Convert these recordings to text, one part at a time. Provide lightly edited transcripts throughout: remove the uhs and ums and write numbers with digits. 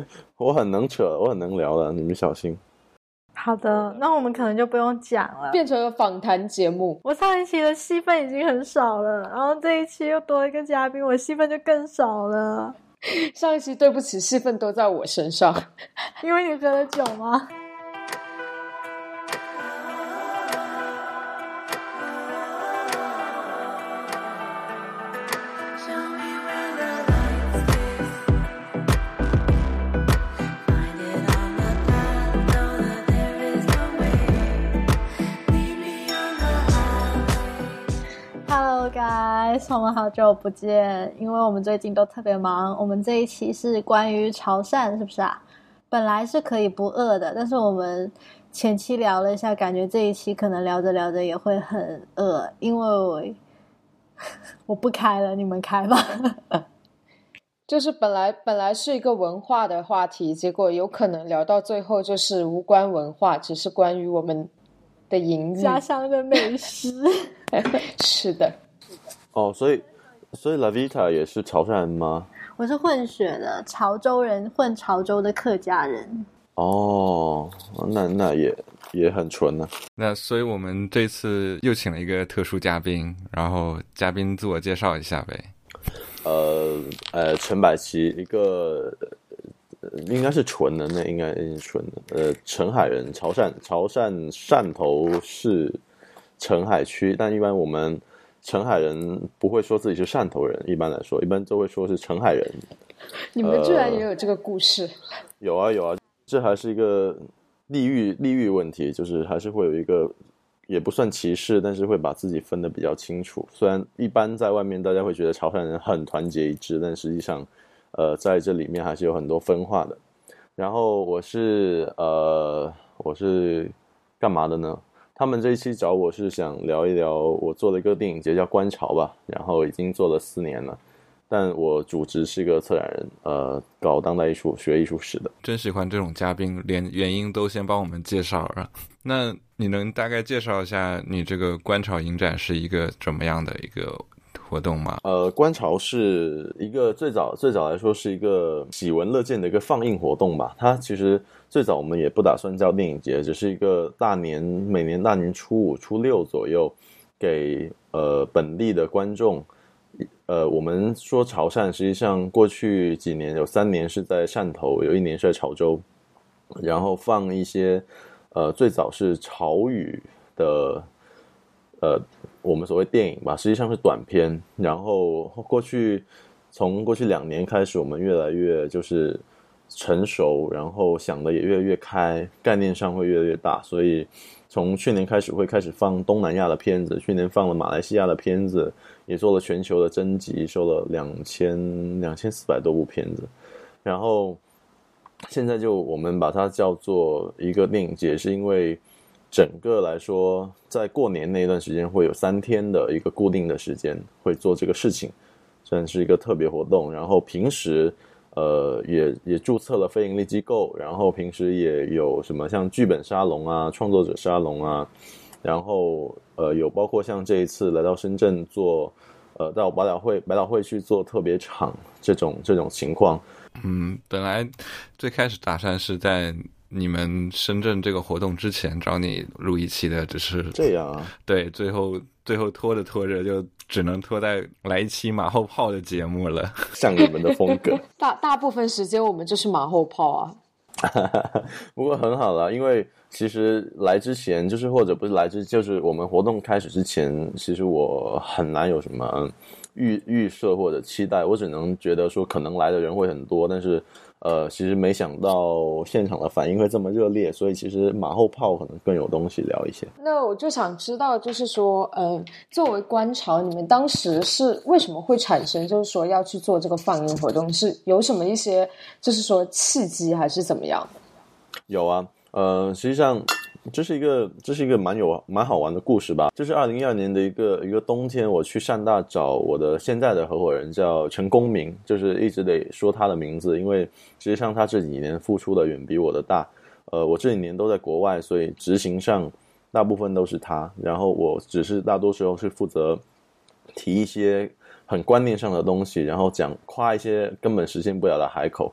我很能扯，我很能聊的，你们小心。 好的，那我们可能就不用讲了， 变成了访谈节目。 我上一期的戏份已经很少了，然后这一期又多了一个嘉宾，我戏份就更少了。 上一期对不起，戏份都在我身上。 因为你喝了酒吗？Hello guys， 我们好久不见，因为我们最近都特别忙。我们这一期是关于潮汕，是不是啊？本来是可以不饿的，但是我们前期聊了一下，感觉这一期可能聊着聊着也会很饿，因为我不开了，你们开吧。 就是本来是一个文化的话题，结果有可能聊到最后就是无关文化，只是关于我们的淫欲家乡的美食。 是的。 哦，所以 Lavita 也是潮汕人吗？ 我是混血的，潮州人混潮州的客家人。 哦，那也很纯啊。 那所以我们这次又请了一个特殊嘉宾，然后嘉宾自我介绍一下呗。 陈百奇，一个应该是纯的，那应该是纯的。澄海人，潮汕汕头市澄海区，但一般我们澄海人不会说自己是汕头人，一般来说，一般都会说是澄海人。 你们居然也有这个故事？ 有啊，这还是一个地域问题，就是还是会有一个。也不算歧视，但是会把自己分得比较清楚。虽然一般在外面大家会觉得潮汕人很团结一致，但实际上，在这里面还是有很多分化的。然后我是干嘛的呢？他们这一期找我是想聊一聊我做了一个电影节叫观潮吧，然后已经做了4年了。但我主职是一个策展人，搞当代艺术、学艺术史的。 真喜欢这种嘉宾，连原因都先帮我们介绍了。那你能大概介绍一下你这个观潮影展是一个怎么样的一个活动吗？ 观潮是一个最早来说是一个喜闻乐见的一个放映活动吧。它其实最早我们也不打算叫电影节，只是一个每年大年初5、初6左右给本地的观众。我们说潮汕，实际上过去几年有3年是在汕头，有1年是在潮州，然后放一些最早是潮语的我们所谓电影吧，实际上是短片。然后从过去2年开始，我们越来越就是成熟，然后想的也越来越开，概念上会越来越大，所以从去年开始会开始放东南亚的片子，去年放了马来西亚的片子，也做了全球的征集，收了2400多部片子。然后现在就我们把它叫做一个电影节，是因为整个来说在过年那段时间会有3天的一个固定的时间会做这个事情，算是一个特别活动。然后平时也注册了非营利机构，然后平时也有什么像剧本沙龙啊、创作者沙龙啊，然后有包括像这一次来到深圳做到百老汇去做特别场这种情况。 本来最开始打算是在你们深圳这个活动之前找你录一期的，只是这样啊？ 对，最后拖着就只能拖在来一期马后炮的节目了。 像你们的风格。 大部分时间我们就是马后炮啊。 不过很好啦，因为其实来之前就是或者不是来之，就是我们活动开始之前，其实我很难有什么预设或者期待，我只能觉得说可能来的人会很多，但是其实没想到现场的反应会这么热烈，所以其实马后炮可能更有东西聊一些。 那我就想知道，就是说作为观潮，你们当时是为什么会产生就是说要去做这个放映活动，是有什么一些就是说契机还是怎么样的？ 有啊，实际上这是一个蛮好玩的故事吧。就是2012年的一个冬天，我去汕大找我的现在的合伙人叫陈公明，就是一直得说他的名字，因为实际上他这几年付出的远比我的大。我这几年都在国外，所以执行上大部分都是他，然后我只是大多时候是负责提一些很观念上的东西，然后夸一些根本实现不了的海口。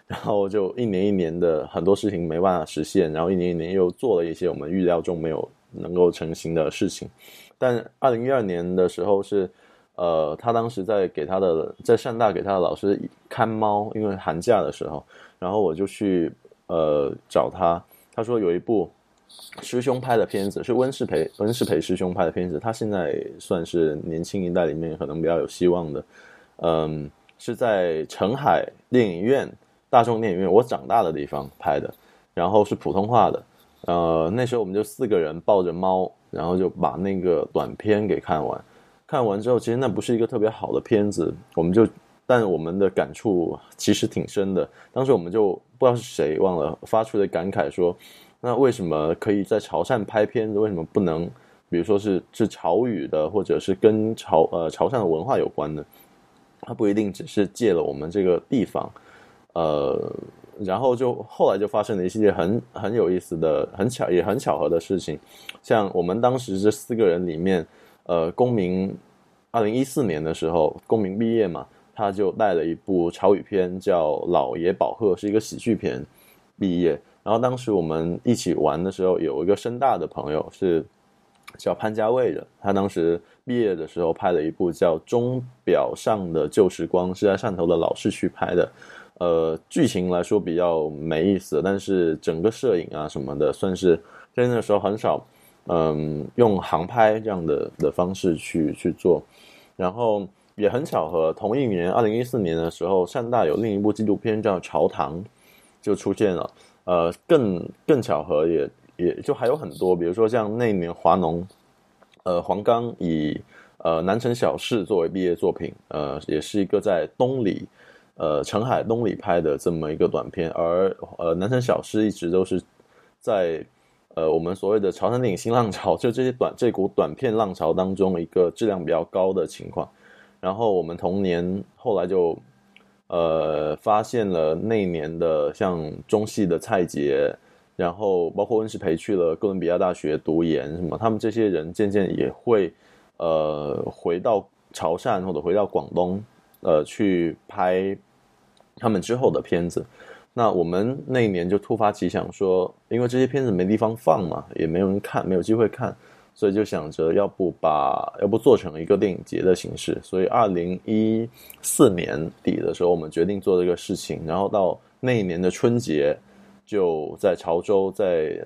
然后就一年一年的很多事情没办法实现，然后一年一年又做了一些我们预料中没有能够成型的事情。但2012年的时候是他当时在汕大给他的老师看猫，因为寒假的时候，然后我就去找他，他说有一部师兄拍的片子，是温世培师兄拍的片子，他现在算是年轻一代里面可能比较有希望的，是在澄海电影院大众电影院我长大的地方拍的，然后是普通话的，那时候我们就4个人抱着猫，然后就把那个短片给看完之后，其实那不是一个特别好的片子，但我们的感触其实挺深的。当时我们就不知道是谁忘了发出的感慨说，那为什么可以在潮汕拍片子，为什么不能比如说是潮语的，或者是跟潮汕的文化有关的，它不一定只是借了我们这个地方。然后后来就发生了一系列很有意思的也很巧合的事情，像我们当时这4个人里面公民2014年的时候公民毕业嘛，他就带了一部潮语片叫《老爷宝鹤》，是一个喜剧片毕业。然后当时我们一起玩的时候，有一个深大的朋友是叫潘家卫的，他当时毕业的时候拍了一部叫《钟表上的旧时光》，是在汕头的老市区拍的。剧情来说比较没意思，但是整个摄影啊什么的，算是在那时候很少用航拍这样的方式去做。然后也很巧合，同一年2014年的时候，汕大有另一部纪录片叫《潮堂》就出现了。更巧合也就还有很多，比如说像那一年华农黄冈以南城小事作为毕业作品，也是一个在澄海东里拍的这么一个短片，而南城小事一直都是在我们所谓的潮汕电影新浪潮，就这股短片浪潮当中一个质量比较高的情况。然后我们同年后来就发现了那一年的像中戏的蔡杰，然后包括温世培去了哥伦比亚大学读研什么，他们这些人渐渐也会回到潮汕或者回到广东去拍他们之后的片子。那我们那一年就突发奇想说，因为这些片子没地方放嘛，也没有人看，没有机会看，所以就想着要不做成一个电影节的形式。所以2014年底的时候，我们决定做这个事情，然后到那一年的春节就在潮州，在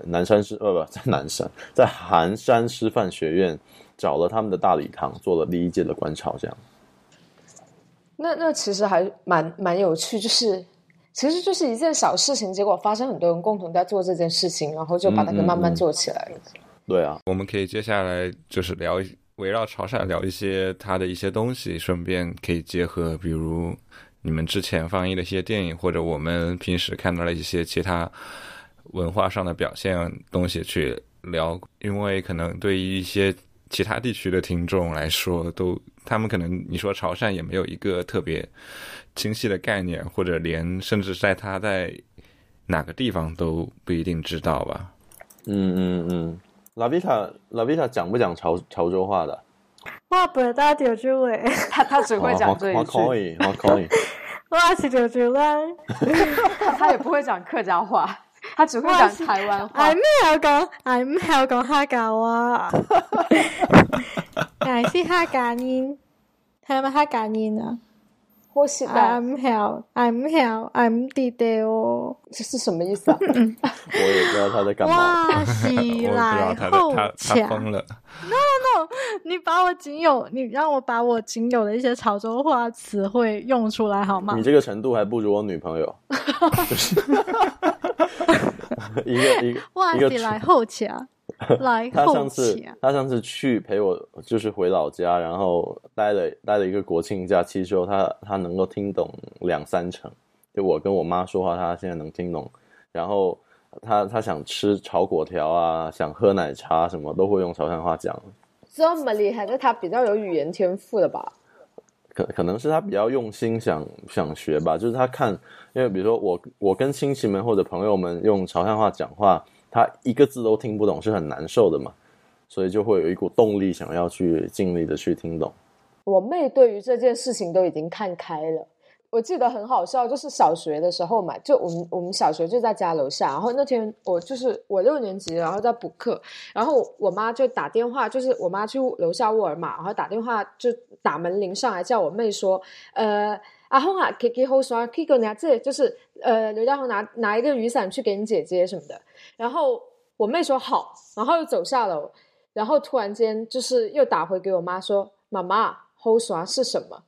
寒山师范学院找了他们的大礼堂，做了第一届的观潮。这样， 那其实还蛮有趣，其实就是一件小事情，结果发生很多人共同在做这件事情，然后就把它给慢慢做起来了。 对啊， 我们可以接下来就是围绕潮汕聊一些它的一些东西，顺便可以结合比如你们之前放映的一些电影，或者我们平时看到的一些其他文化上的表现东西去聊，因为可能对于一些其他地区的听众来说，他们可能你说潮汕也没有一个特别清晰的概念，或者甚至他在哪个地方都不一定知道吧。 拉维塔讲不讲潮州话的？ 我不知道潮州话， 他只会讲这一句。 我可以。 我是潮州人。 他也不会讲客家话，他只会讲台湾话。 我唔晓講客家話。我是客家人，係咪客家人啊？ 或是 I'm 弟弟哦， 这是什么意思啊？ 我也不知道他在干嘛。 哇，是来后他疯了。 No， 你让我把我仅有的一些潮州话词汇用出来好吗？ 你这个程度还不如我女朋友。一个哇，是来后卡。 他上次去陪我，就是回老家，然后待了一个国庆假期之后，他能够听懂2-3成，就我跟我妈说话，他现在能听懂。然后他想吃炒粿条啊，想喝奶茶什么，都会用潮汕话讲。 这么厉害，那他比较有语言天赋的吧？ 可能是他比较用心想学吧，就是他看，因为比如说我跟亲戚们或者朋友们用潮汕话讲话，他一个字都听不懂是很难受的嘛，所以就会有一股动力想要去尽力的去听懂。 我妹对于这件事情都已经看开了， 我记得很好笑，就是小学的时候嘛，就我们小学就在家楼下，然后那天我6年级，然后在补课，然后我妈就打电话，就是我妈去楼下沃尔玛，然后打电话就打门铃上来叫我妹说，阿红啊，可以好耍，可以给我拿这，就是刘家宏拿一个雨伞去给你姐姐什么的，然后我妹说好，然后又走下楼，然后突然间就是又打回给我妈说，妈妈，好耍是什么？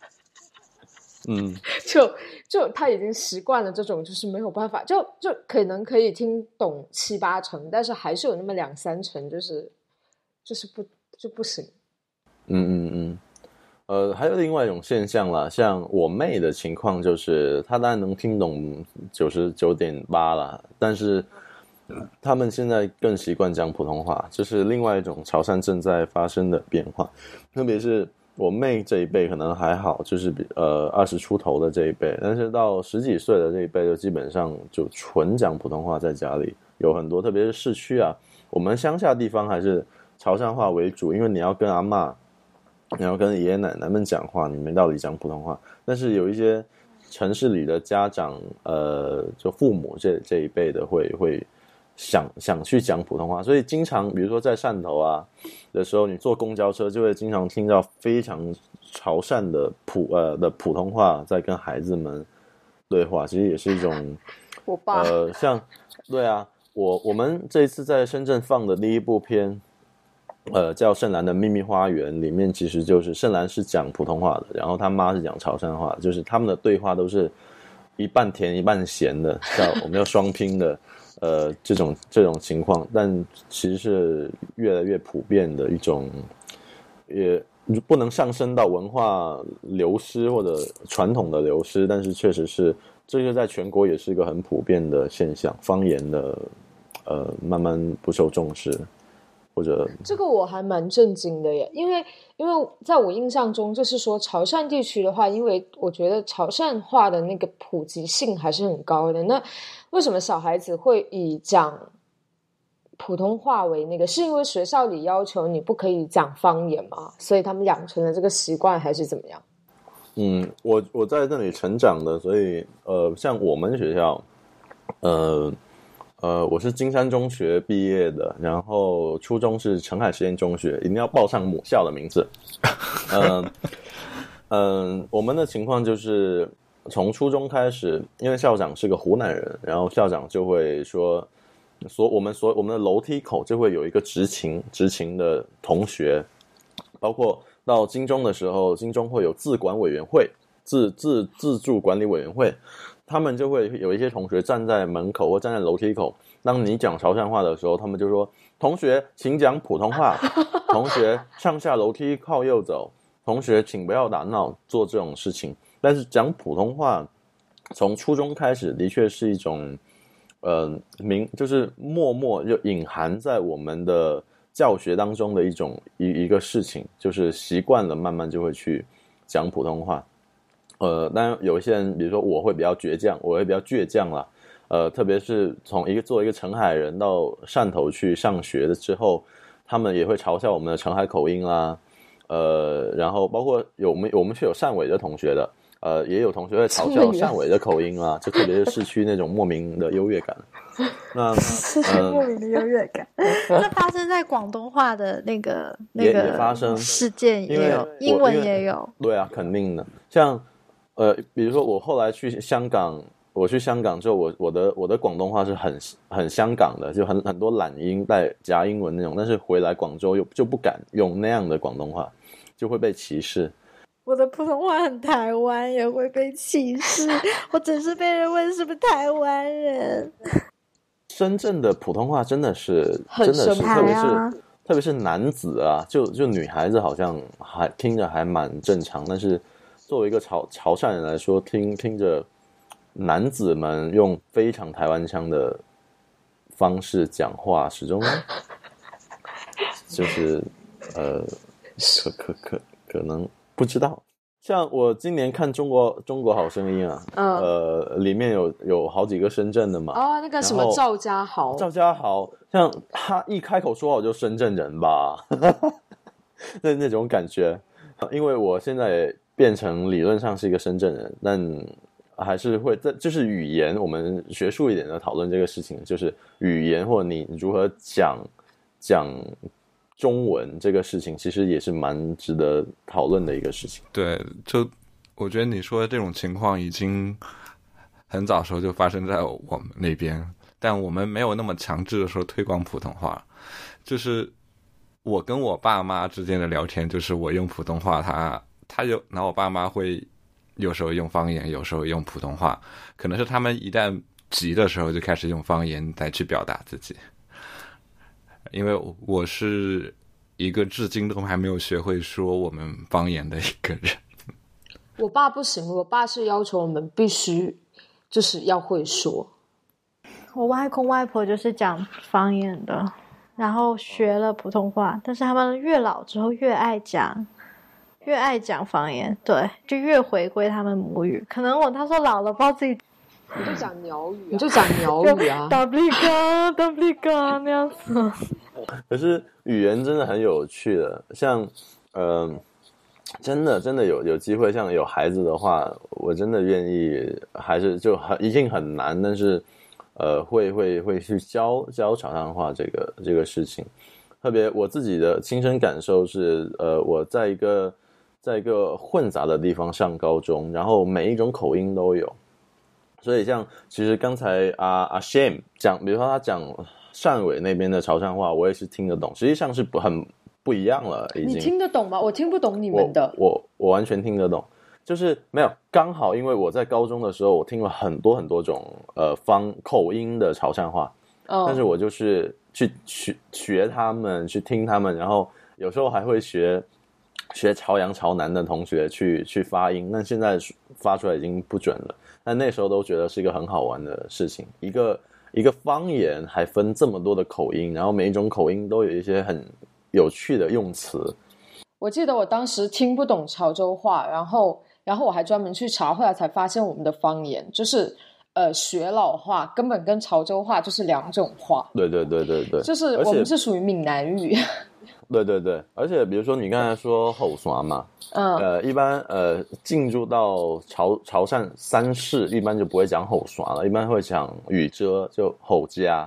就他已经习惯了这种，就是没有办法，就可能可以听懂7、8成，但是还是有那么2、3成，就是不行。 还有另外一种现象啦，像我妹的情况就是她当然能听懂99.8啦，但是他们现在更习惯讲普通话，这是另外一种潮汕正在发生的变化。特别是我妹这一辈可能还好，就是20出头的这一辈，但是到10几岁的这一辈就基本上就纯讲普通话，在家里有很多，特别是市区啊，我们乡下地方还是潮汕话为主，因为你要跟阿嬷，你要跟爷爷奶奶们讲话，你们到底讲普通话。但是有一些城市里的家长，就父母这一辈的会想去讲普通话，所以经常比如说在汕头啊的时候，你坐公交车就会经常听到非常潮汕的普通话在跟孩子们对话，其实也是一种我爸像对啊，我们这一次在深圳放的第一部片叫盛兰的秘密花园，里面其实就是盛兰是讲普通话的，然后他妈是讲潮汕话，就是他们的对话都是一半甜一半咸的，我们要双拼的这种情况，但其实是越来越普遍的一种，也不能上升到文化流失或者传统的流失，但是确实是这个在全国也是一个很普遍的现象，方言的慢慢不受重视。或者这个我还蛮震惊的耶，因为在我印象中，就是说潮汕地区的话，因为我觉得潮汕话的那个普及性还是很高的。那为什么小孩子会以讲普通话为那个？是因为学校里要求你不可以讲方言吗？所以他们养成了这个习惯，还是怎么样？ 我在那里成长的，所以像我们学校，我是金山中学毕业的，然后初中是澄海实验中学，一定要报上母校的名字。我们的情况就是从初中开始，因为校长是个湖南人，然后校长就会说，我们的楼梯口就会有一个执勤的同学，包括到金中的时候，金中会有自管委员会、自助管理委员会。他们就会有一些同学站在门口或站在楼梯口，当你讲潮汕话的时候，他们就说：“同学，请讲普通话。同学，上下楼梯靠右走。同学，请不要打闹，做这种事情。”但是讲普通话，从初中开始，的确是一种就是默默就隐含在我们的教学当中的一个事情，就是习惯了，慢慢就会去讲普通话。当然有一些人，比如说我会比较倔强啦，特别是作为一个澄海人到汕头去上学的之后，他们也会嘲笑我们的澄海口音啦，然后包括我们是有汕尾的同学的，也有同学会嘲笑汕尾的口音啦，就特别是市区那种莫名的优越感。那莫名的优越感，那发生在广东话的那个也发生事件也有，英文也有。对啊，肯定的。像比如说我后来去香港之后，我的广东话是很香港的，就很多懒音带夹英文那种，但是回来广州就不敢用那样的广东话，就会被歧视。 我的普通话很台湾，也会被歧视。我只是被人问是不是台湾人。 深圳的普通话真的是特别是男子啊，就女孩子好像还听着还蛮正常，但是作为一个潮汕人来说，听着男子们用非常台湾腔的方式讲话，始终就是可能不知道。像我今年看中国好声音啊，里面有好几个深圳的嘛。 那个什么赵家豪， 像他一开口说话我就深圳人吧，那种感觉。因为我现在也变成理论上是一个深圳人，但还是会在就是语言，我们学术一点的讨论这个事情，就是语言或你如何讲中文这个事情，其实也是蛮值得讨论的一个事情。 对，就我觉得你说的这种情况已经很早时候就发生在我们那边，但我们没有那么强制的说推广普通话。就是我跟我爸妈之间的聊天，就是我用普通话，他有，然后我爸妈会有时候用方言，有时候用普通话，可能是他们一旦急的时候就开始用方言来去表达自己。因为我是一个至今都还没有学会说我们方言的一个人。 我爸不行，我爸是要求我们必须就是要会说。 我外公外婆就是讲方言的，然后学了普通话，但是他们越老之后越爱讲方言，对，就越回归他们母语。可能他说老了不知道自己， 你就讲鸟语、你就讲鸟语啊 ，W 嘎那样子。 可是语言真的很有趣的，像真的有机会，像有孩子的话，我真的愿意，还是就一定很难，但是会去教潮汕话这个事情。特别我自己的亲身感受是，我在一个混杂的地方上高中，然后每一种口音都有，所以像其实刚才阿 Shame 讲，比如说他讲汕尾那边的潮汕话，我也是听得懂，实际上是很不一样了已经。 你听得懂吗？我听不懂你们的。 我完全听得懂，就是没有刚好，因为我在高中的时候，我听了很多种口音的潮汕话，但是我就是去学他们，去听他们，然后有时候还会学潮阳潮南的同学去发音，但现在发出来已经不准了。但那时候都觉得是一个很好玩的事情，一个方言还分这么多的口音，然后每一种口音都有一些很有趣的用词。 我记得我当时听不懂潮州话，然后我还专门去查，后来才发现我们的方言就是学老话根本跟潮州话就是两种话。 对， 就是我们是属于闽南语。 对，而且比如说你刚才说后刷嘛，一般进入到潮汕三市，一般就不会讲后刷了，一般会讲雨遮，就后家，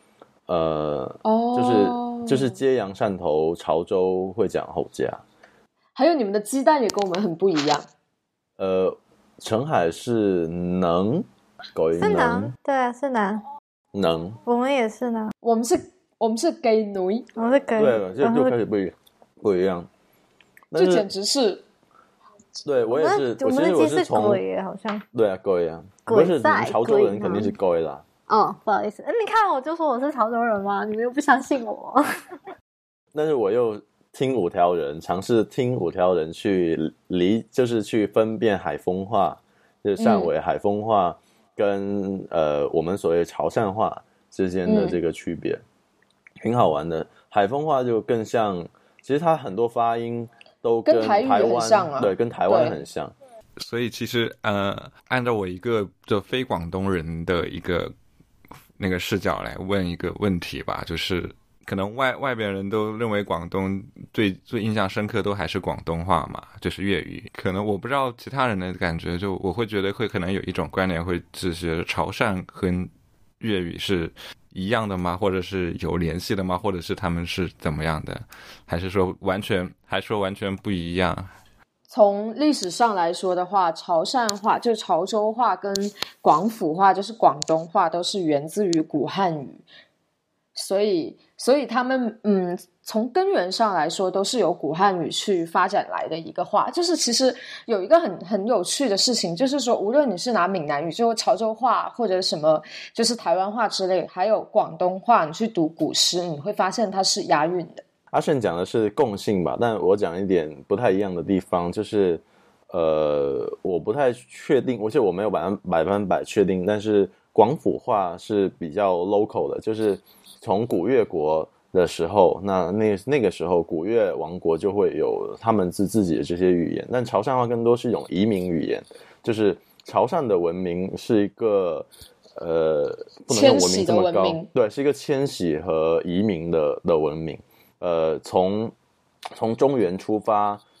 就是揭阳、汕头、潮州会讲后家。 还有你们的鸡蛋也跟我们很不一样。 澄海是能，狗音是能，对啊，是能，我们也是呢， 我们是给奴， 我们是给， 对，就开始不一样， 这简直是。 对，我也是， 我们我是从鬼好像， 对啊，鬼啊，不是潮州人肯定是鬼啦。 哦，不好意思，你看我就说我是潮州人嘛，你们又不相信我。 但是我又听五条人，尝试听五条人就是去分辨海丰话，就是汕尾海丰话跟我们所谓潮汕话之间的这个区别，挺好玩的。海丰话就更像，其实它很多发音都跟台湾很像啊， 对，跟台湾很像。 所以其实按照我一个就非广东人的一个那个视角来问一个问题吧，就是可能外边人都认为广东最印象深刻都还是广东话嘛，就是粤语。可能我不知道其他人的感觉，就我会觉得可能有一种观念会就是潮汕和粤语是一样的吗？或者是有联系的吗？或者是他们是怎么样的？还是说完全不一样？ 从历史上来说的话，潮汕话就是潮州话跟广府话就是广东话都是源自于古汉语，所以他们从根源上来说都是由古汉语去发展来的一个话。就是其实有一个很有趣的事情，就是说无论你是拿闽南语就潮州话或者什么就是台湾话之类，还有广东话，你去读古诗你会发现它是押韵的。 阿胜讲的是共性吧，但我讲一点不太一样的地方，就是我不太确定，而且我没有100%确定，但是广府话是比较 local 的，就是从古越国的时候，那个时候古越王国就会有他们自己的这些语言，但潮汕话更多是一种移民语言，就是潮汕的文明是一个不能用文明这么高，对，是一个迁徙和移民的文明。从中原出发，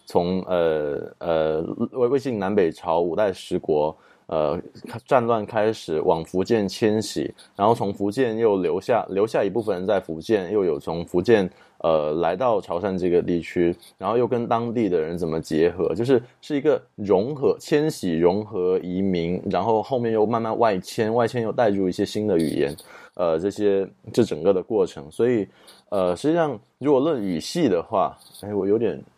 从魏晋南北朝5代十国战乱开始往福建迁徙，然后从福建又留下一部分人在福建，又有从福建来到潮汕这个地区，然后又跟当地的人怎么结合，是一个迁徙融合移民，然后后面又慢慢外迁又带入一些新的语言，这整个的过程。所以实际上如果论语系的话，我有点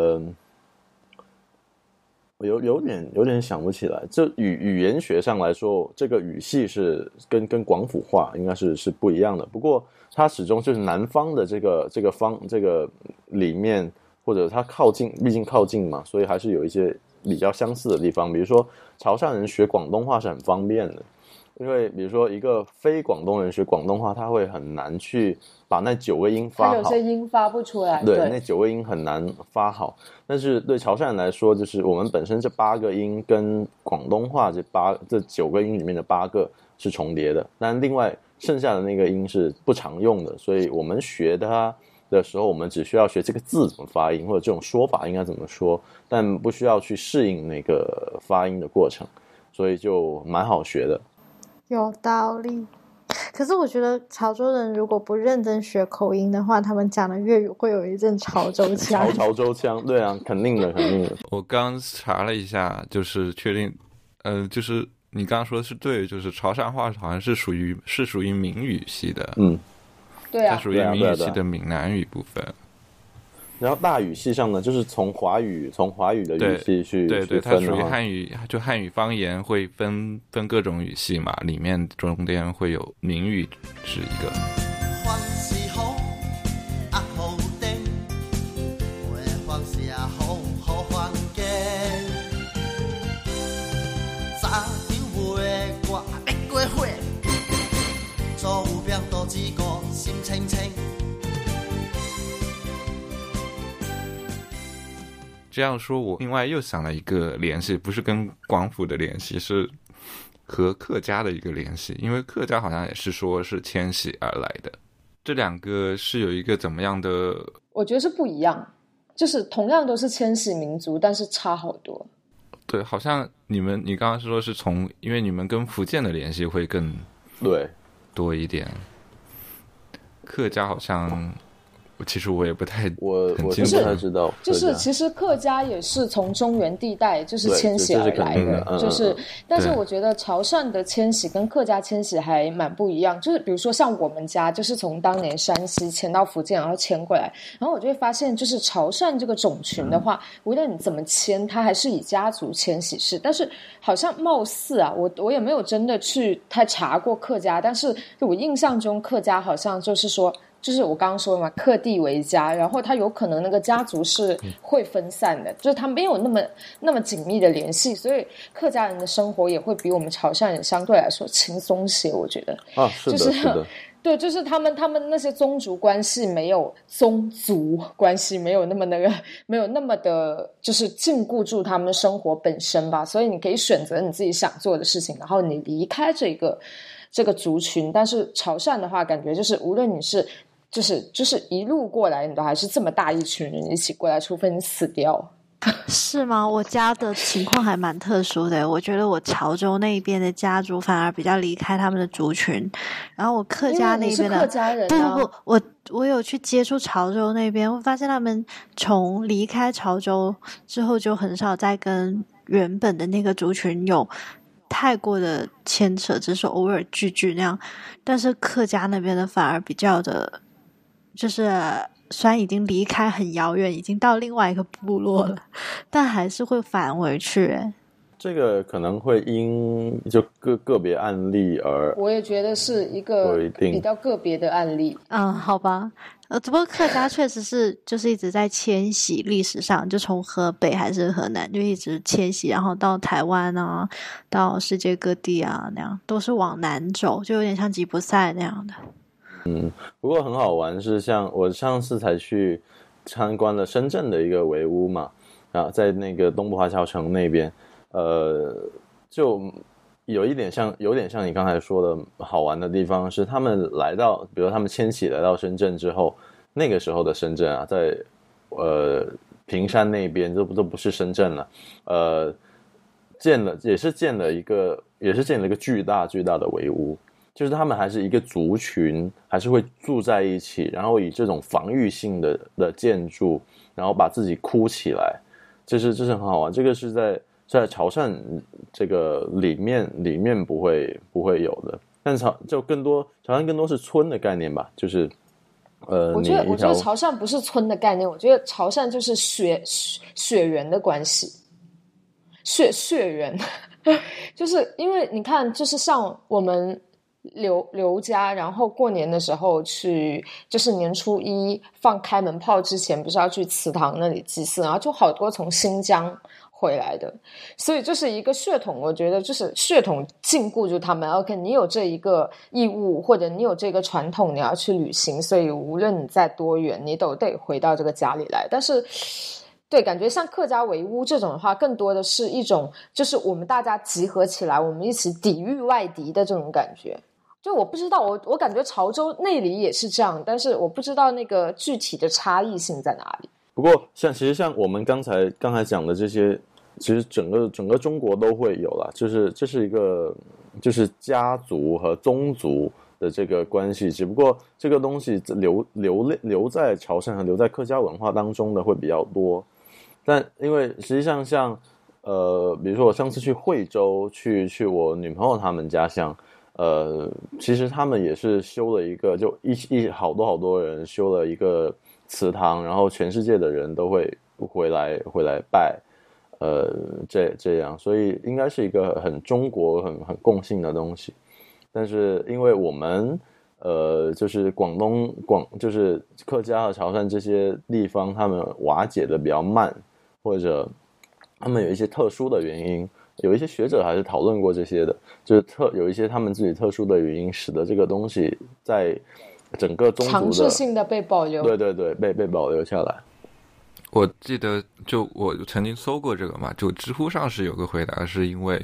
有点想不起来。这语言学上来说，这个语系是跟广府话应该是不一样的。不过它始终就是南方的这个里面，或者它毕竟靠近嘛，所以还是有一些比较相似的地方。比如说潮汕人学广东话是很方便的，因为比如说一个非广东人学广东话，他会很难去把那9个音发好， 他有些音发不出来， 对，那9个音很难发好。但是对潮汕人来说，就是我们本身这8个音跟广东话这9个音里面的8个是重叠的，但另外剩下的那个音是不常用的，所以我们学它的时候，我们只需要学这个字怎么发音，或者这种说法应该怎么说，但不需要去适应那个发音的过程，所以就蛮好学的。 有道理。可是我觉得潮州人如果不认真学口音的话，他们讲的粤语会有一阵潮州腔。 潮州腔，对啊，肯定的。 我刚查了一下，就是确定，就是你刚刚说的是对，就是潮汕话好像是属于闽语系的， 对啊， 它属于闽语系的闽南语部分。 然后大语系上呢，就是从华语的语系去对， 它属于汉语，就汉语方言会分各种语系嘛，里面中间会有闽语是一个。这样说，我另外又想了一个联系，不是跟广府的联系，是和客家的一个联系，因为客家好像也是说是迁徙而来的。这两个是有一个怎么样的？ 我觉得是不一样，就是同样都是迁徙民族，但是差好多。 对，好像你刚刚是说是因为你们跟福建的联系会更多一点，客家好像。其实我也不太， 我不太知道， 就是其实客家也是从中原地带就是迁徙而来的，但是我觉得潮汕的迁徙跟客家迁徙还蛮不一样，就是比如说像我们家就是从当年山西迁到福建，然后迁过来，然后我就会发现就是潮汕这个种群的话，无论你怎么迁，它还是以家族迁徙式，但是好像貌似啊，我也没有真的去太查过客家，但是我印象中客家好像就是说。就是我刚刚说的嘛，客地为家，然后他有可能那个家族是会分散的，就是他没有那么紧密的联系，所以客家人的生活也会比我们潮汕人相对来说轻松些，我觉得啊，是的，是的， 对，就是他们那些宗族关系没有那么的，就是禁锢住他们生活本身吧，所以你可以选择你自己想做的事情，然后你离开这个族群。但是潮汕的话，感觉就是无论你是就是一路过来，你都还是这么大一群人一起过来，除非你死掉。 是吗？我家的情况还蛮特殊的，我觉得我潮州那边的家族反而比较离开他们的族群，然后我客家那边的， 因为你是客家人啊， 不，我有去接触潮州那边，我发现他们从离开潮州之后就很少再跟原本的那个族群有太过的牵扯，只是偶尔聚那样，但是客家那边的反而比较的，就是虽然已经离开很遥远，已经到另外一个部落了，但还是会返回去。 这个可能会因就个别案例而， 我也觉得是一个比较个别的案例。 好吧，只不过客家确实是就是一直在迁徙，历史上就从河北还是河南就一直迁徙，然后到台湾啊，到世界各地啊，那样都是往南走，就有点像吉普赛那样的。 不过很好玩是，像我上次才去参观了深圳的一个围屋嘛，在那个东部华侨城那边，就有点像你刚才说的好玩的地方是，他们来到，比如他们迁徙来到深圳之后，那个时候的深圳啊，在平山那边，这不是深圳了，也是建了一个巨大的围屋，就是他们还是一个族群，还是会住在一起，然后以这种防御性的建筑，然后把自己箍起来，这是很好玩。这个是在潮汕这个里面不会有的，但潮汕更多是村的概念吧，就是我觉得潮汕不是村的概念，我觉得潮汕就是血缘的关系，血缘，就是因为你看，就是像我们刘家，然后过年的时候去，就是年初一放开门炮之前，不是要去祠堂那里祭祀，然后就好多从新疆回来的，所以就是一个血统，我觉得就是血统禁锢住他们。OK， 你有这一个义务，或者你有这个传统，你要去履行，所以无论你在多远，你都得回到这个家里来。但是对，感觉像客家围屋这种的话，更多的是一种就是我们大家集合起来，我们一起抵御外敌的这种感觉。就我不知道，我感觉潮州内里也是这样，但是我不知道那个具体的差异性在哪里。 不过其实像我们刚才讲的这些，其实整个中国都会有啦，就是这是一个就是家族和宗族的这个关系，只不过这个东西留在潮汕和留在客家文化当中的会比较多。但因为实际上像比如说我上次去惠州去我女朋友他们家乡，其实他们也是修了一个，就好多人修了一个祠堂，然后全世界的人都会回来拜，这样，所以应该是一个很中国很共性的东西。但是因为我们就是就是客家和潮汕这些地方，他们瓦解的比较慢，或者他们有一些特殊的原因，有一些学者还是讨论过这些的，就是有一些他们自己特殊的原因，使得这个东西在整个宗族的尝试性的被保留， 对，被保留下来。 我记得就我曾经搜过这个嘛，就知乎上是有个回答，是因为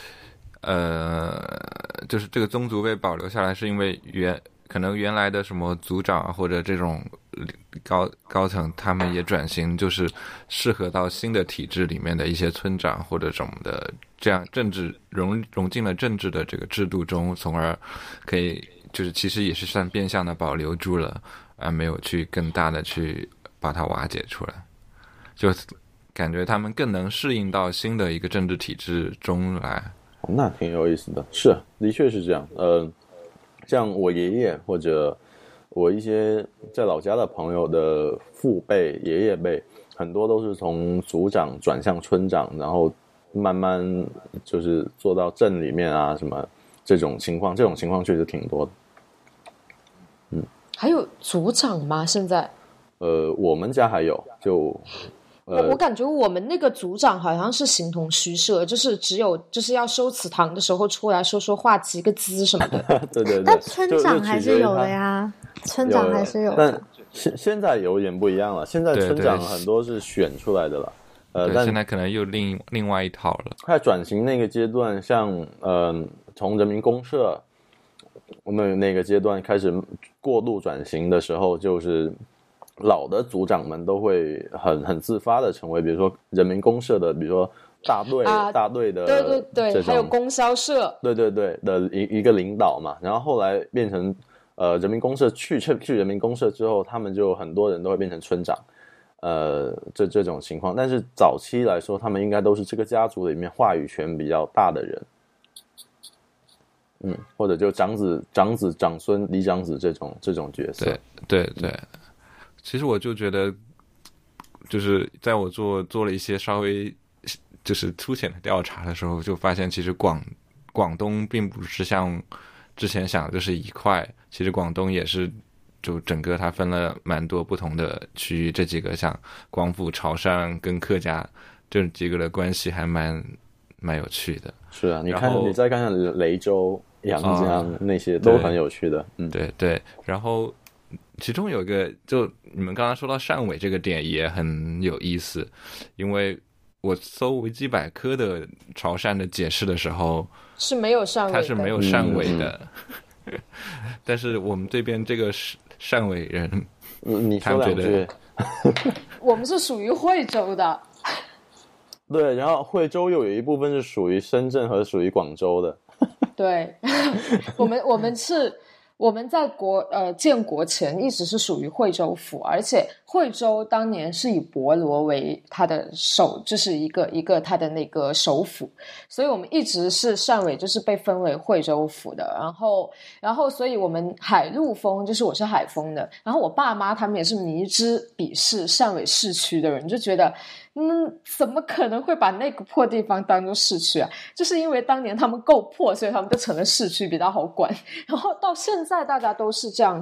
就是这个宗族被保留下来，是因为可能原来的什么族长或者这种高层，他们也转型，就是适合到新的体制里面的一些村长或者什么的，这样政治融进了政治的这个制度中，从而可以就是其实也是算变相的保留住了，而没有去更大的去把它瓦解出来，就感觉他们更能适应到新的一个政治体制中来。 那挺有意思的，是的确是这样。像我爷爷或者我一些在老家的朋友的父辈、爷爷辈，很多都是从族长转向村长，然后慢慢就是做到镇里面啊什么这种情况确实挺多的。 还有族长吗？现在？ 我们家还有，就我感觉我们那个族长好像是形同虚设，就是只有就是要收祠堂的时候出来说话、集个资什么的。 对， 但村长还是有的呀，村长还是有的。 但现在有点不一样了，现在村长很多是选出来的了。但现在可能又另外一套了。 在转型那个阶段，像从人民公社我们那个阶段开始过度转型的时候，就是老的族长们都会很自发的成为，比如说人民公社的，比如说大队的， 对，还有供销社， 对的一个领导嘛。然后后来变成人民公社去人民公社之后，他们就很多人都会变成村长，这种情况。但是早期来说，他们应该都是这个家族里面话语权比较大的人。或者就长子、长孙、嫡长子这种角色。 对，其实我就觉得，就是在我做了一些稍微就是粗浅的调查的时候，就发现其实广东并不是像之前想的就是一块，其实广东也是就整个它分了蛮多不同的区域，这几个像广府、潮汕跟客家这几个的关系还蛮有趣的。 是啊，你再看看雷州、阳江那些都很有趣的。 对，然后其中有一个，就你们刚刚说到汕尾这个点也很有意思，因为我搜维基百科的潮汕的解释的时候是没有汕尾的， 它是没有汕尾的。但是我们这边这个汕尾人， 你说两句。 我们是属于惠州的。 对，然后惠州又有一部分是属于深圳和属于广州的。 对，我们在建国前一直是属于惠州府，而且惠州当年是以博罗为它的就是一个它的那个首府，所以我们一直是汕尾就是被分为惠州府的。然后所以我们海陆丰就是我是海丰的，然后我爸妈他们也是迷之鄙视汕尾市区的人，就觉得怎么可能会把那个破地方当作市区啊？就是因为当年他们够破，所以他们就成了市区，比较好管。然后到现在大家都是这样，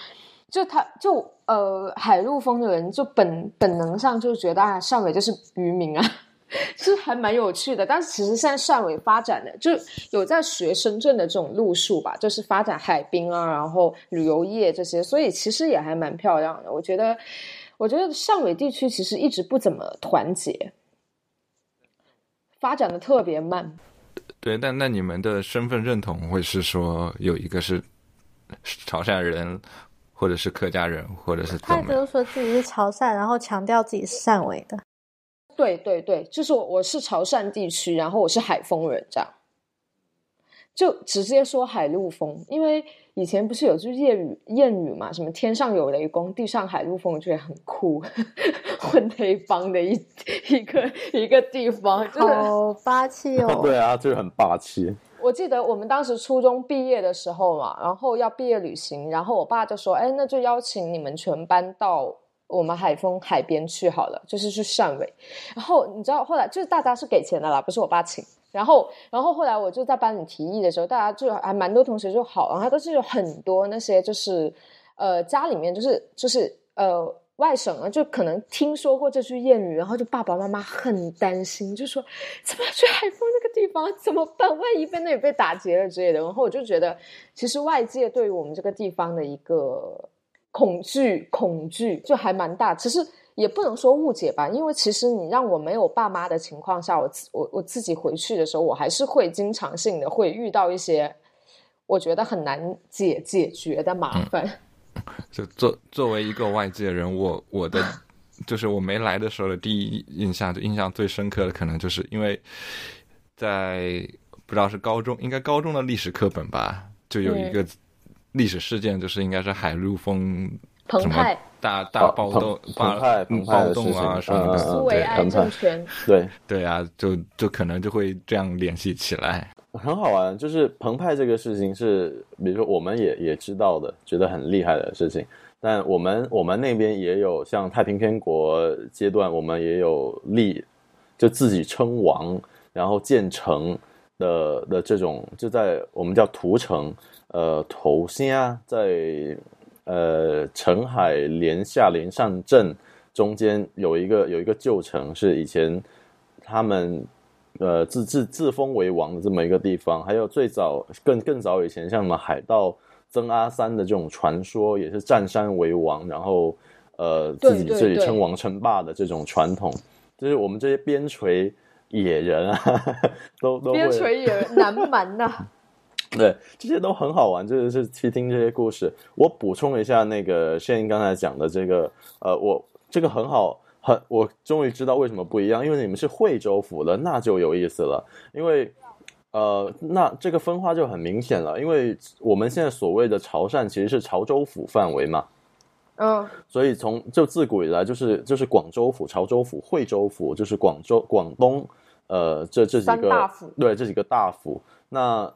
海陆丰的人就本能上就觉得啊，汕尾就是渔民啊，是还蛮有趣的。但是其实现在汕尾发展的就有在学深圳的这种路数吧，就是发展海滨啊，然后旅游业这些，所以其实也还蛮漂亮的。我觉得汕尾地区其实一直不怎么团结，发展的特别慢。 对，但那你们的身份认同会是说有一个是潮汕人，或者是客家人，或者是怎么？ 他就是说自己是潮汕，然后强调自己是汕尾的。 对对对，就是我是潮汕地区，然后我是海丰人，这样就直接说海陆丰。因为以前不是有句谚语嘛，什么天上有雷公，地上海陆丰，我觉得很酷，混黑帮的一个地方，就是好霸气哦。 对啊，就是很霸气。 我记得我们当时初中毕业的时候嘛，然后要毕业旅行，然后我爸就说，哎，那就邀请你们全班到我们海丰海边去好了，就是去汕尾。然后你知道后来就是大家是给钱的啦，不是我爸请。然后后来我就在班里提议的时候，大家就还蛮多同学就好，然后都是有很多那些就是家里面就是外省啊，就可能听说过这句谚语，然后就爸爸妈妈很担心，就说怎么去海丰那个地方怎么办？万一被那里被打劫了之类的。然后我就觉得，其实外界对于我们这个地方的一个恐惧就还蛮大。其实也不能说误解吧，因为其实你让我没有爸妈的情况下，我自己回去的时候，我还是会经常性的会遇到一些我觉得很难解决的麻烦。 就作为一个外界人，我的就是我没来的时候的第一印象，就印象最深刻的可能就是因为在不知道是应该高中的历史课本吧，就有一个历史事件，就是应该是海陆丰澎湃大暴动暴动啊什么的， 苏维埃政权。 对啊，就可能就会这样联系起来。 很好玩，就是澎湃这个事情是，比如说我们也知道的，觉得很厉害的事情。但我们那边也有像太平天国阶段，我们也有就自己称王，然后建城的这种，就在我们叫屠城，头先啊，在澄海连下连上镇中间有一个旧城，是以前他们自封为王的这么一个地方。还有最早更早以前，像什么海盗曾阿三的这种传说，也是占山为王，然后自己称王称霸的这种传统。就是我们这些边陲野人啊，都边陲野人南蛮啊。 对，这些都很好玩，就是去听这些故事。我补充一下那个Shane刚才讲的这个，我这个很好。我终于知道为什么不一样，因为你们是惠州府的，那就有意思了。因为那这个分化就很明显了，因为我们现在所谓的潮汕其实是潮州府范围嘛，所以就自古以来就是广州府、潮州府、惠州府，就是广东这几个大府， 对，这几个大府。那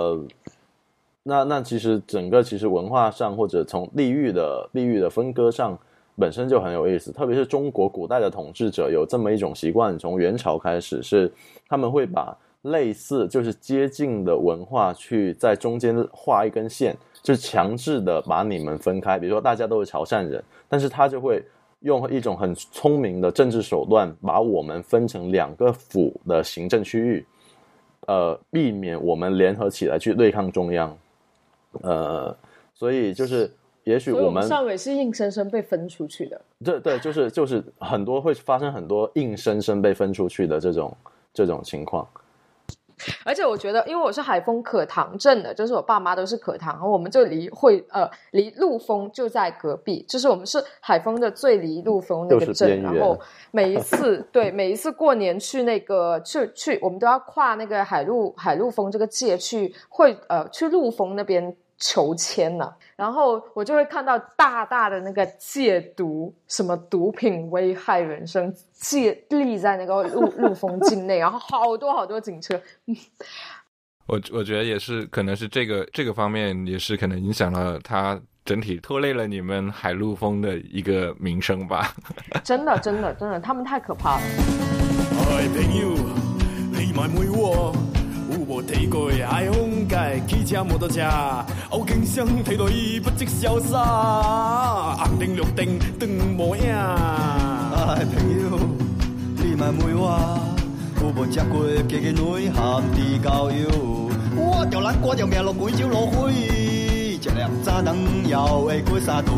其实整个文化上或者从地域的分割上本身就很有意思，特别是中国古代的统治者有这么一种习惯，从元朝开始是他们会把类似就是接近的文化去在中间画一根线，就是强制的把你们分开。比如说大家都是潮汕人，但是他就会用一种很聪明的政治手段把我们分成2个府的行政区域，避免我们联合起来去对抗中央。所以就是也许我们汕尾是硬生生被分出去的。 对，就是很多会发生很多硬生生被分出去的这种情况。 而且我觉得，因为我是海丰可堂镇的，就是我爸妈都是可堂，然后我们就离陆丰就在隔壁，就是我们是海丰的最离陆丰那个镇，然后每一次过年去那个去，我们都要跨那个海陆丰这个界去陆丰那边求签呢，然后我就会看到大大的那个戒毒，什么毒品危害人生戒立在那个陆丰境内，然后好多警车。 我觉得也是，可能是这个方面也是可能影响了他整体拖累了你们海陆丰的一个名声吧。 真的，他们太可怕了。 哎，朋友，你莫问我。有无睇过海风界汽车摩托车？我经常睇到伊不知潇洒，红灯绿灯灯无影。 哎，朋友，你莫问我，有无食过鸡鸡卵含地沟油？我条咱挂条命落贵州落灰，一粒炸弹要会过3队。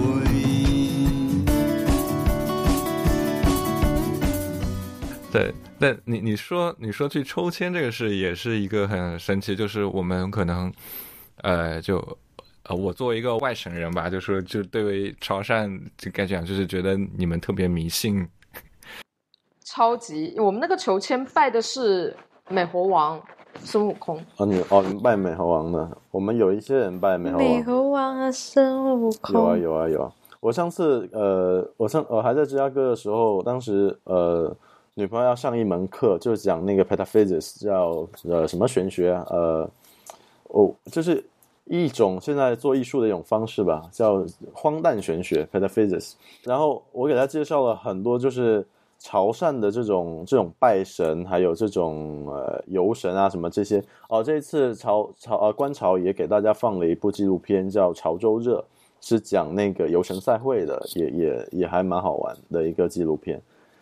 对，但你说去抽签这个事也是一个很神奇，就是我们可能我作为一个外省人吧，就对于潮汕就该讲就是觉得你们特别迷信， 超级。我们那个求签拜的是美猴王孙悟空。 你们拜美猴王的，我们有一些人拜美猴王。 美猴王和孙悟空。 有啊。我上次我还在芝加哥的时候，当时女朋友要上一门课，就讲那个 Metaphysics， 叫什么玄学就是一种现在做艺术的一种方式吧，叫荒诞玄学 Metaphysics。然后我给她介绍了很多，就是潮汕的这种拜神，还有这种游神啊什么这些。这一次观潮也给大家放了一部纪录片，叫《潮州热》，是讲那个游神赛会的，也还蛮好玩的一个纪录片。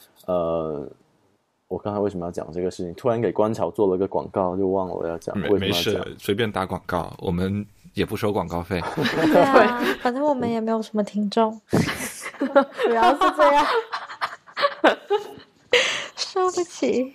我刚才为什么要讲这个事情？突然给观潮做了个广告，就忘了我要讲。 没事，随便打广告，我们也不收广告费。 对啊，反正我们也没有什么听众，主要是这样。说不起。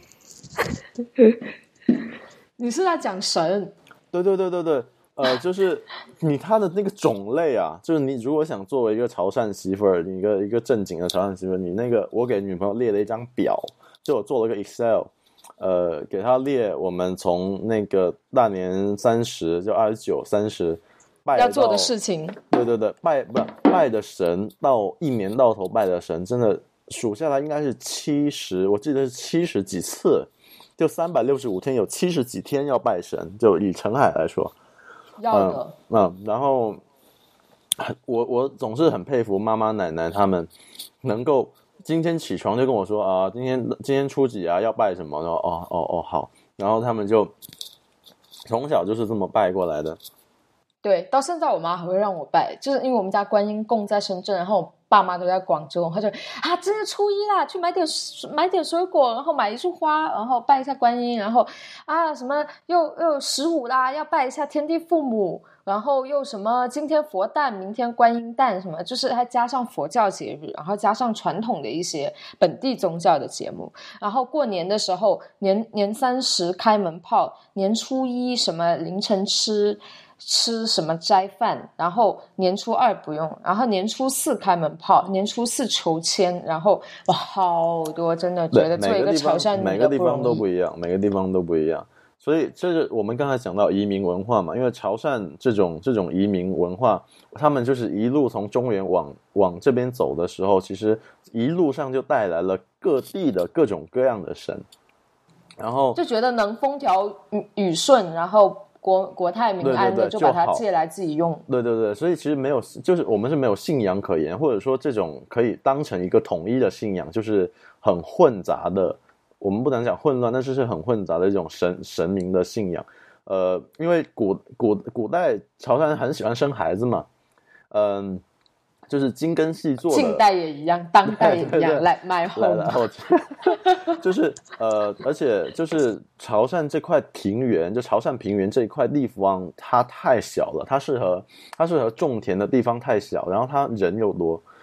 你是在讲神？ 对，就是他的那个种类啊，就是你如果想作为一个潮汕媳妇儿，你一个正经的潮汕媳妇儿，你那个我给女朋友列了一张表，就我做了个 Excel， 给她列我们从那个大年30就29、30拜要做的事情。 对，拜的神到一年到头拜的神，真的数下来应该是70，我记得是70几次，就365天有70几天要拜神，就以澄海来说。 要的。 然后我总是很佩服妈妈奶奶他们能够今天起床就跟我说啊，今天初几啊，要拜什么？然后好，然后他们就从小就是这么拜过来的。 对，到现在我妈还会让我拜，就是因为我们家观音供在深圳，然后我爸妈都在广州，她就今天初一啦，去买点水果，然后买一束花，然后拜一下观音，然后什么又15啦，要拜一下天地父母，然后又什么今天佛诞，明天观音诞，什么就是还加上佛教节日，然后加上传统的一些本地宗教的节目，然后过年的时候年30开门炮，年初一什么凌晨吃什么斋饭，然后年初2不用，然后年初4开门炮，年初4求签，然后好多，真的觉得做一个潮汕女的每个地方都不一样，所以这是我们刚才讲到移民文化嘛，因为潮汕这种移民文化，他们就是一路从中原往这边走的时候，其实一路上就带来了各地的各种各样的神，然后就觉得能风调雨顺，然后国泰民安的， 对， 就把它借来自己用。 对，所以其实没有，就是我们是没有信仰可言，或者说这种可以当成一个统一的信仰，就是很混杂的，我们不能讲混乱，但是很混杂的一种神明的信仰。因为古代潮汕人很喜欢生孩子嘛，就是精耕细作的， 近代也一样，当代也一样，来买红， 就是而且就是潮汕这块平原，就潮汕平原这一块地方，它太小了，它适合种田的地方太小，然后它人又多，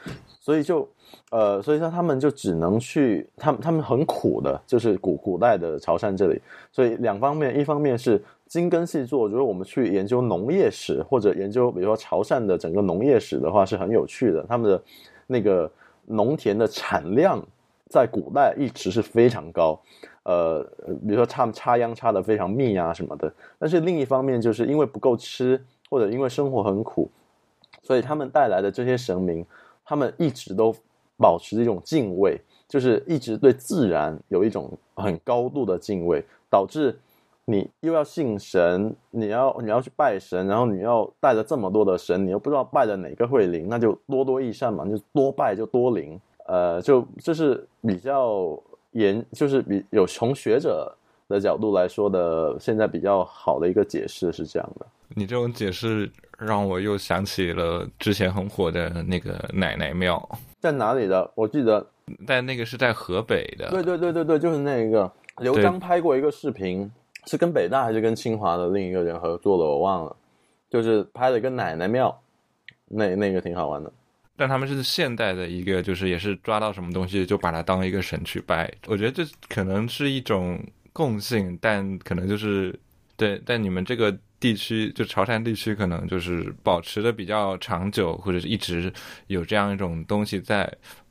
所以他们就只能去，他们很苦的，就是古代的潮汕这里，所以两方面，一方面是精耕细作，如果我们去研究农业史或者研究比如说潮汕的整个农业史的话是很有趣的，他们的那个农田的产量在古代一直是非常高，比如说插秧插得非常密啊什么的。但是另一方面就是因为不够吃，或者因为生活很苦，所以他们带来的这些神明，他们一直都保持一种敬畏，就是一直对自然有一种很高度的敬畏，导致你又要信神，你要去拜神，然后你要带着这么多的神，你又不知道拜的哪个会灵，那就多益善嘛，就多拜就多灵。这是比较就是有从学者的角度来说的，现在比较好的一个解释是这样的。 你这种解释让我又想起了之前很火的那个奶奶庙， 在哪里的？我记得， 但那个是在河北的。 对，就是那个刘璋拍过一个视频，是跟北大还是跟清华的另一个人合作的，我忘了，就是拍了一个奶奶庙，那个挺好玩的。 但他们是现代的一个，就是也是抓到什么东西就把它当一个神去拜。我觉得这可能是一种共性，但可能就是对，但你们这个地区就潮汕地区可能就是保持的比较长久，或者是一直有这样一种东西在。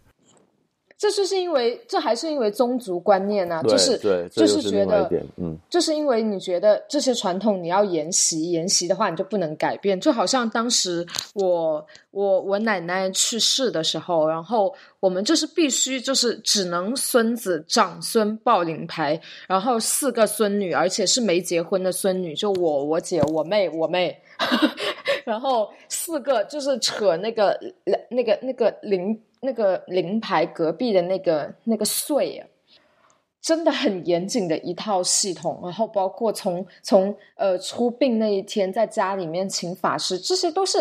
这还是因为宗族观念啊，就是觉得，就是因为你觉得这些传统你要沿袭的话，你就不能改变。就好像当时我奶奶去世的时候，然后我们就是必须就是只能孙子长孙抱灵牌，然后4个孙女，而且是没结婚的孙女，就我姐我妹然后4个就是扯那个灵牌隔壁的那个岁，真的很严谨的一套系统。然后包括从出殡那一天在家里面请法师，这些都是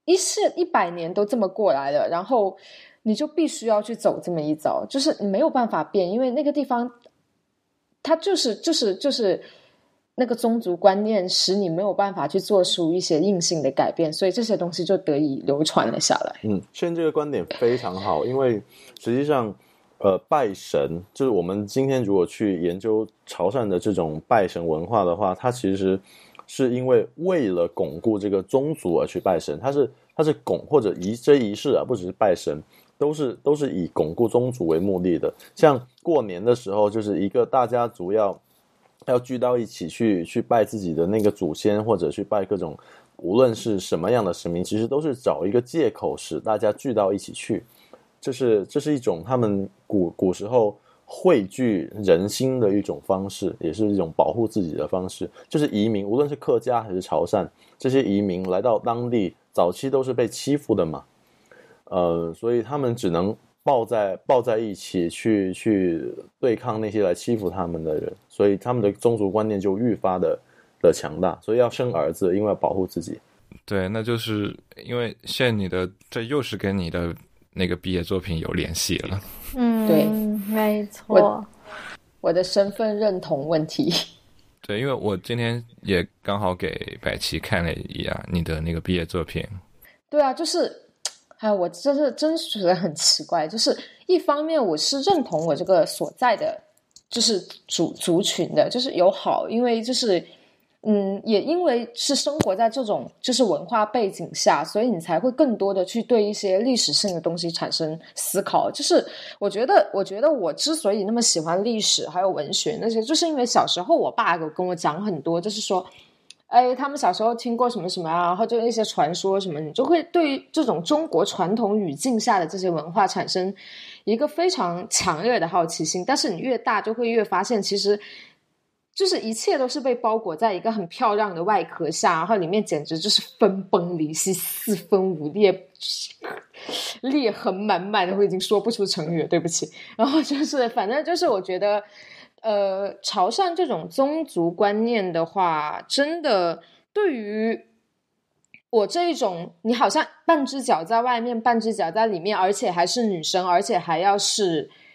100年都这么过来的。然后你就必须要去走这么一遭，就是你没有办法变，因为那个地方它就是那个宗族观念使你没有办法去做出一些硬性的改变，所以这些东西就得以流传了下来。 现在这个观点非常好，因为实际上拜神就是我们今天如果去研究潮汕的这种拜神文化的话，它其实是因为了巩固这个宗族而去拜神，它是巩或者仪式啊，不只是拜神，都是以巩固宗族为目的的。像过年的时候，就是一个大家族要聚到一起去拜自己的那个祖先，或者去拜各种无论是什么样的神明，其实都是找一个借口使大家聚到一起去。这是一种他们古时候汇聚人心的一种方式，也是一种保护自己的方式。就是移民，无论是客家还是潮汕，这些移民来到当地，早期都是被欺负的嘛，所以他们只能抱在一起去对抗那些来欺负他们的人，所以他们的宗族观念就愈发的强大，所以要生儿子，因为要保护自己。 对，那就是因为现你的这又是跟你的那个毕业作品有联系了。 对， 没错， 我的身份认同问题。 对，因为我今天也刚好给百奇看了一下你的那个毕业作品。 对啊，就是我真觉得很奇怪，就是一方面我是认同我这个所在的就是族群的，就是友好，因为就是也因为是生活在这种就是文化背景下，所以你才会更多的去对一些历史性的东西产生思考。就是我觉得我之所以那么喜欢历史还有文学那些，就是因为小时候我爸有跟我讲很多，就是说他们小时候听过什么什么啊，然后就一些传说什么，你就会对于这种中国传统语境下的这些文化产生一个非常强烈的好奇心。但是你越大就会越发现，其实就是一切都是被包裹在一个很漂亮的外壳下，然后里面简直就是分崩离析、四分五裂、裂痕满满的，我已经说不出成语了，对不起。然后就是反正就是我觉得潮汕这种宗族观念的话，真的对于我这一种你好像半只脚在外面半只脚在里面，而且还是女生，而且还要是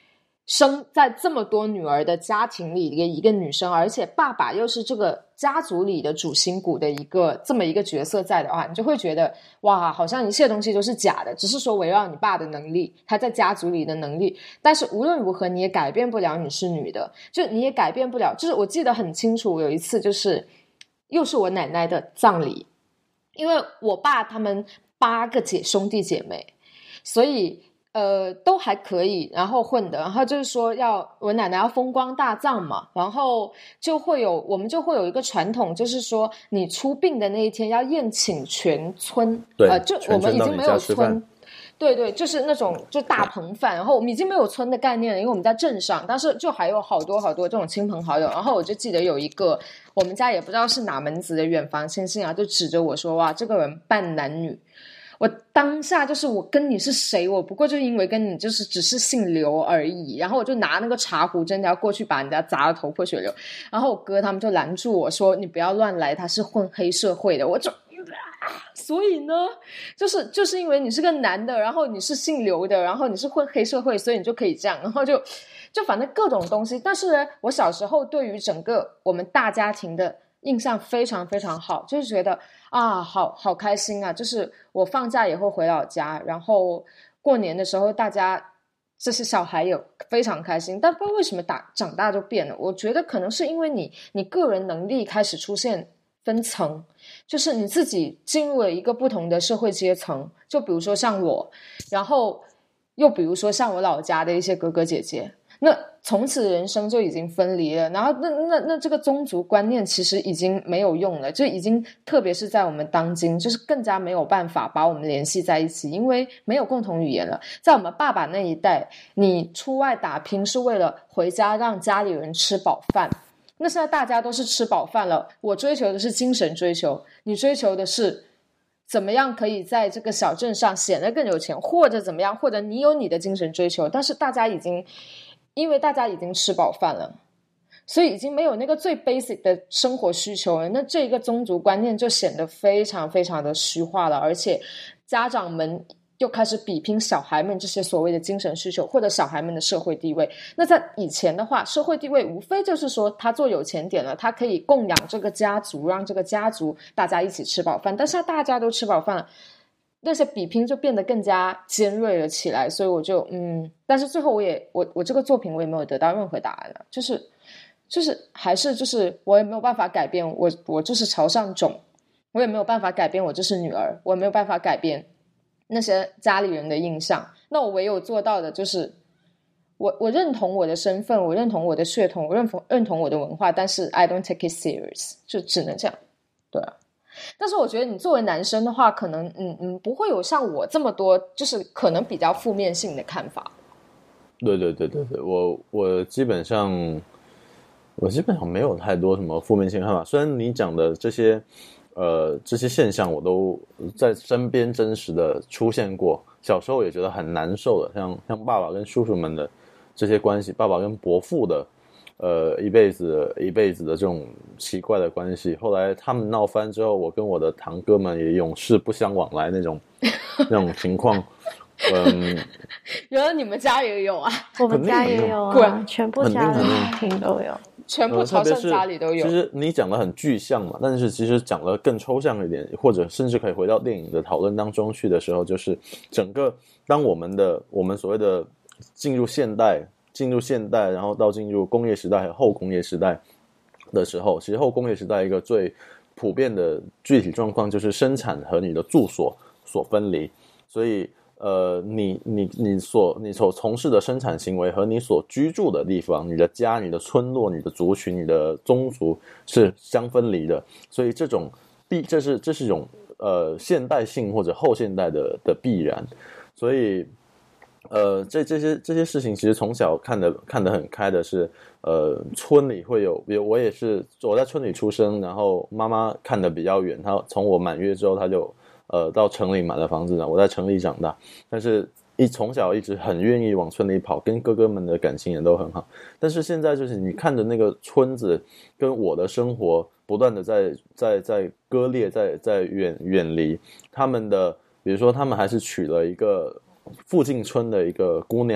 生在这么多女儿的家庭里的一个女生，而且爸爸又是这个家族里的主心骨的这么一个角色在的话，你就会觉得哇，好像一切东西都是假的，只是说围绕你爸的能力，他在家族里的能力，但是无论如何你也改变不了你是女的，就你也改变不了。就是我记得很清楚，有一次就是又是我奶奶的葬礼，因为我爸他们8个兄弟姐妹，所以都还可以，然后混的，然后就是说我奶奶要风光大葬嘛，然后我们就会有一个传统，就是说你出殡的那一天要宴请全村， 对， 就我们已经没有村，对，就是那种就大棚饭，然后我们已经没有村的概念了，因为我们在镇上，但是就还有好多好多这种亲朋好友，然后我就记得有一个我们家也不知道是哪门子的远房亲戚啊，就指着我说哇，这个人扮男女。我当下就是我跟你是谁，我不过就因为跟你就是只是姓刘而已，然后我就拿那个茶壶真的要过去把人家砸得头破血流，然后我哥他们就拦住我说你不要乱来，他是混黑社会的。我就所以呢就是因为你是个男的，然后你是姓刘的，然后你是混黑社会，所以你就可以这样，然后就反正各种东西。但是呢，我小时候对于整个我们大家庭的印象非常非常好，就是觉得啊，好开心啊！就是我放假也会回老家，然后过年的时候大家这些小孩也非常开心。但不知道为什么长大就变了，我觉得可能是因为你个人能力开始出现分层，就是你自己进入了一个不同的社会阶层，就比如说像我，然后又比如说像我老家的一些哥哥姐姐，那从此人生就已经分离了，然后那这个宗族观念其实已经没有用了，就已经特别是在我们当今就是更加没有办法把我们联系在一起，因为没有共同语言了。在我们爸爸那一代，你出外打拼是为了回家让家里人吃饱饭，那现在大家都是吃饱饭了，我追求的是精神追求，你追求的是怎么样可以在这个小镇上显得更有钱，或者怎么样，或者你有你的精神追求，但是因为大家已经吃饱饭了，所以已经没有那个最 basic 的生活需求了，那这个宗族观念就显得非常非常的虚化了，而且家长们又开始比拼小孩们这些所谓的精神需求或者小孩们的社会地位。那在以前的话，社会地位无非就是说他做有钱点了，他可以供养这个家族，让这个家族大家一起吃饱饭，但是大家都吃饱饭了，那些比拼就变得更加尖锐了起来。所以我就但是最后我这个作品我也没有得到任何答案了，就是还是就是我也没有办法改变我就是朝上种，我也没有办法改变我就是女儿，我也没有办法改变那些家里人的印象。那我唯有做到的就是我认同我的身份，我认同我的血统，我认同我的文化，但是 I don't take it serious， 就只能这样。对啊，但是我觉得你作为男生的话，可能不会有像我这么多就是可能比较负面性的看法。 对，我基本上没有太多什么负面性看法。虽然你讲的这些现象我都在身边真实的出现过，小时候也觉得很难受的，像爸爸跟叔叔们的这些关系，爸爸跟伯父的一辈子的这种奇怪的关系，后来他们闹翻之后，我跟我的堂哥们也永世不相往来那种情况。 原来你们家也有啊？ 我们家也有啊，全部家庭都有， 全部潮汕家里都有。 其实你讲的很具象嘛，但是其实讲的更抽象一点，或者甚至可以回到电影的讨论当中去的时候，就是整个当我们所谓的进入现代，然后到进入工业时代和后工业时代的时候，其实后工业时代一个最普遍的具体状况就是生产和你的住所分离，所以你所从事的生产行为和你所居住的地方，你的家、你的村落、你的族群、你的宗族是相分离的，所以这是一种现代性或者后现代的必然。所以这些事情其实从小看得很开的是，村里会有我在村里出生，然后妈妈看得比较远，她从我满月之后，她就到城里买了房子，我在城里长大，但是从小一直很愿意往村里跑，跟哥哥们的感情也都很好。但是现在就是你看着那个村子跟我的生活不断的在割裂，在远离他们的，比如说他们还是娶了一个附近村的一个姑娘，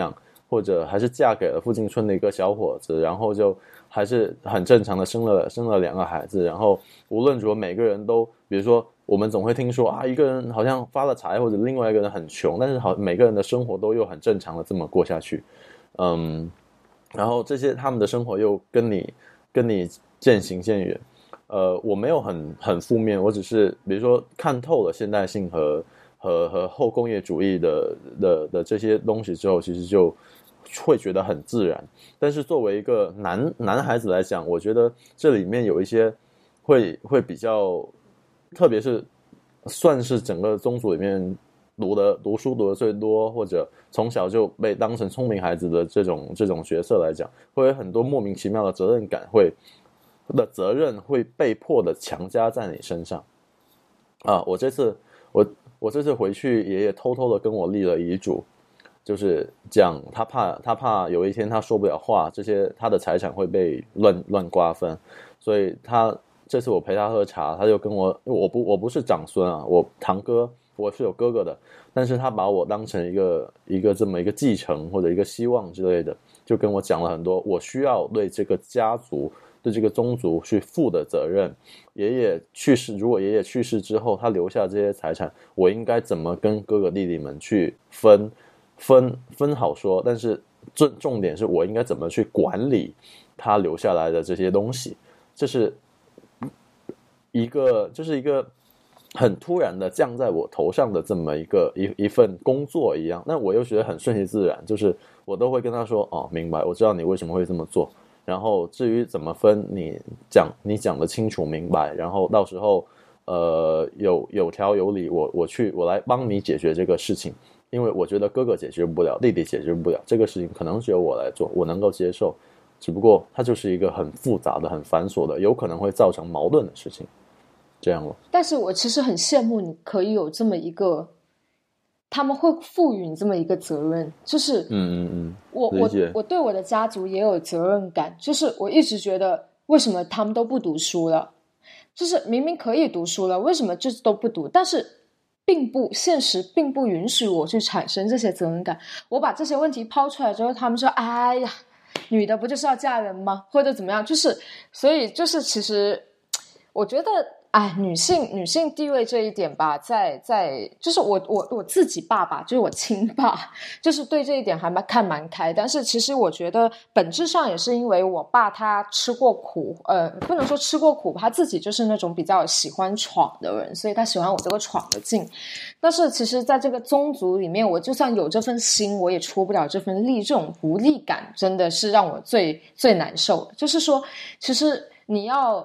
或者还是嫁给了附近村的一个小伙子，然后就还是很正常的生了2个孩子，然后无论如何每个人都，比如说我们总会听说啊，一个人好像发了财，或者另外一个人很穷，但是每个人的生活都又很正常的这么过下去，然后这些他们的生活又跟你渐行渐远。我没有很负面，我只是比如说看透了现代性和后工业主义的这些东西之后，其实就会觉得很自然。但是作为一个男孩子来讲，我觉得这里面有一些会比较，特别是算是整个宗族里面读书读得最多，或者从小就被当成聪明孩子的这种角色来讲，会有很多莫名其妙的责任感责任会被迫的强加在你身上啊！我这次回去，爷爷偷偷的跟我立了遗嘱，就是讲他怕有一天他说不了话，他的财产会被乱瓜分，所以这次我陪他喝茶，他就跟我不是长孙啊，我堂哥，我是有哥哥的，但是他把我当成一个这么一个继承或者一个希望之类的，就跟我讲了很多我需要对这个家族对这个宗族去负的责任。如果爷爷去世之后，他留下这些财产，我应该怎么跟哥哥弟弟们去分好说，但是重点是我应该怎么去管理他留下来的这些东西。这是一个很突然的降在我头上的这么一份工作一样，那我又觉得很顺其自然，就是我都会跟他说，哦，明白，我知道你为什么会这么做，然后至于怎么分，你讲得清楚明白，然后到时候有条有理，我来帮你解决这个事情，因为我觉得哥哥解决不了，弟弟解决不了，这个事情可能只有我来做，我能够接受，只不过它就是一个很复杂的很繁琐的有可能会造成矛盾的事情，这样了。 但是我其实很羡慕你可以有这么一个，他们会赋予你这么一个责任，就是我对我的家族也有责任感，就是我一直觉得为什么他们都不读书了，就是明明可以读书了，为什么就是都不读，但是现实并不允许我去产生这些责任感。我把这些问题抛出来之后，他们说哎呀，女的不就是要嫁人吗，或者怎么样，就是所以就是其实我觉得女性地位这一点吧，在就是我自己爸爸，就是我亲爸，就是对这一点还蛮开。但是其实我觉得本质上也是因为我爸他吃过苦，不能说吃过苦，他自己就是那种比较喜欢闯的人，所以他喜欢我这个闯的劲。但是其实在这个宗族里面，我就算有这份心，我也出不了这份力，这种无力感真的是让我最难受的。就是说其实你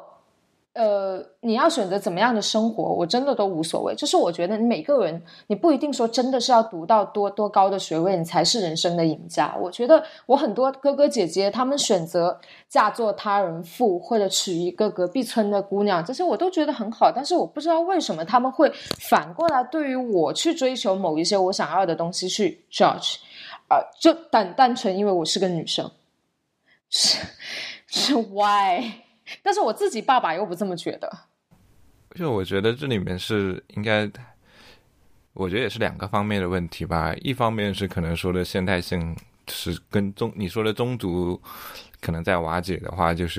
要选择怎么样的生活，我真的都无所谓。就是我觉得每个人，你不一定说真的是要读到多高的学位，你才是人生的赢家。我觉得我很多哥哥姐姐，他们选择嫁作他人妇，或者娶一个隔壁村的姑娘，这些我都觉得很好。但是我不知道为什么他们会反过来对于我去追求某一些我想要的东西去 judge，就单纯因为我是个女生，是 why？但是我自己爸爸又不这么觉得。 就我觉得这里面是应该，我觉得也是两个方面的问题吧。一方面是可能说的现代性是跟你说的宗族可能在瓦解的话，就是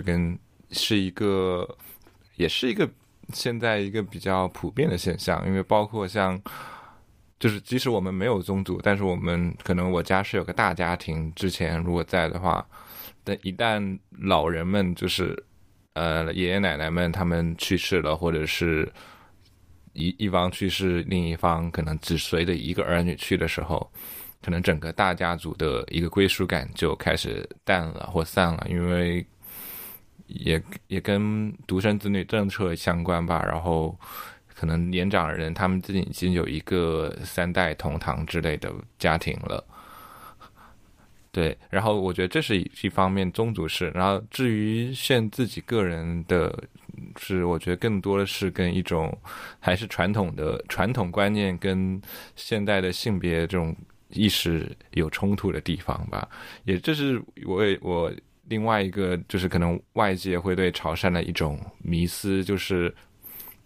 也是一个现在一个比较普遍的现象。因为包括像就是即使我们没有宗族，但是我们可能我家是有个大家庭，之前如果在的话，但一旦老人们就是爷爷奶奶们他们去世了，或者是一方去世，另一方可能只随着一个儿女去的时候，可能整个大家族的一个归属感就开始淡了或散了。因为也跟独生子女政策相关吧，然后可能年长的人他们自己已经有一个3代同堂之类的家庭了。对，然后我觉得这是一方面宗族式，然后至于现自己个人的是，我觉得更多的是跟一种还是传统观念跟现代的性别这种意识有冲突的地方吧。也这是我另外一个就是可能外界会对潮汕的一种迷思，就是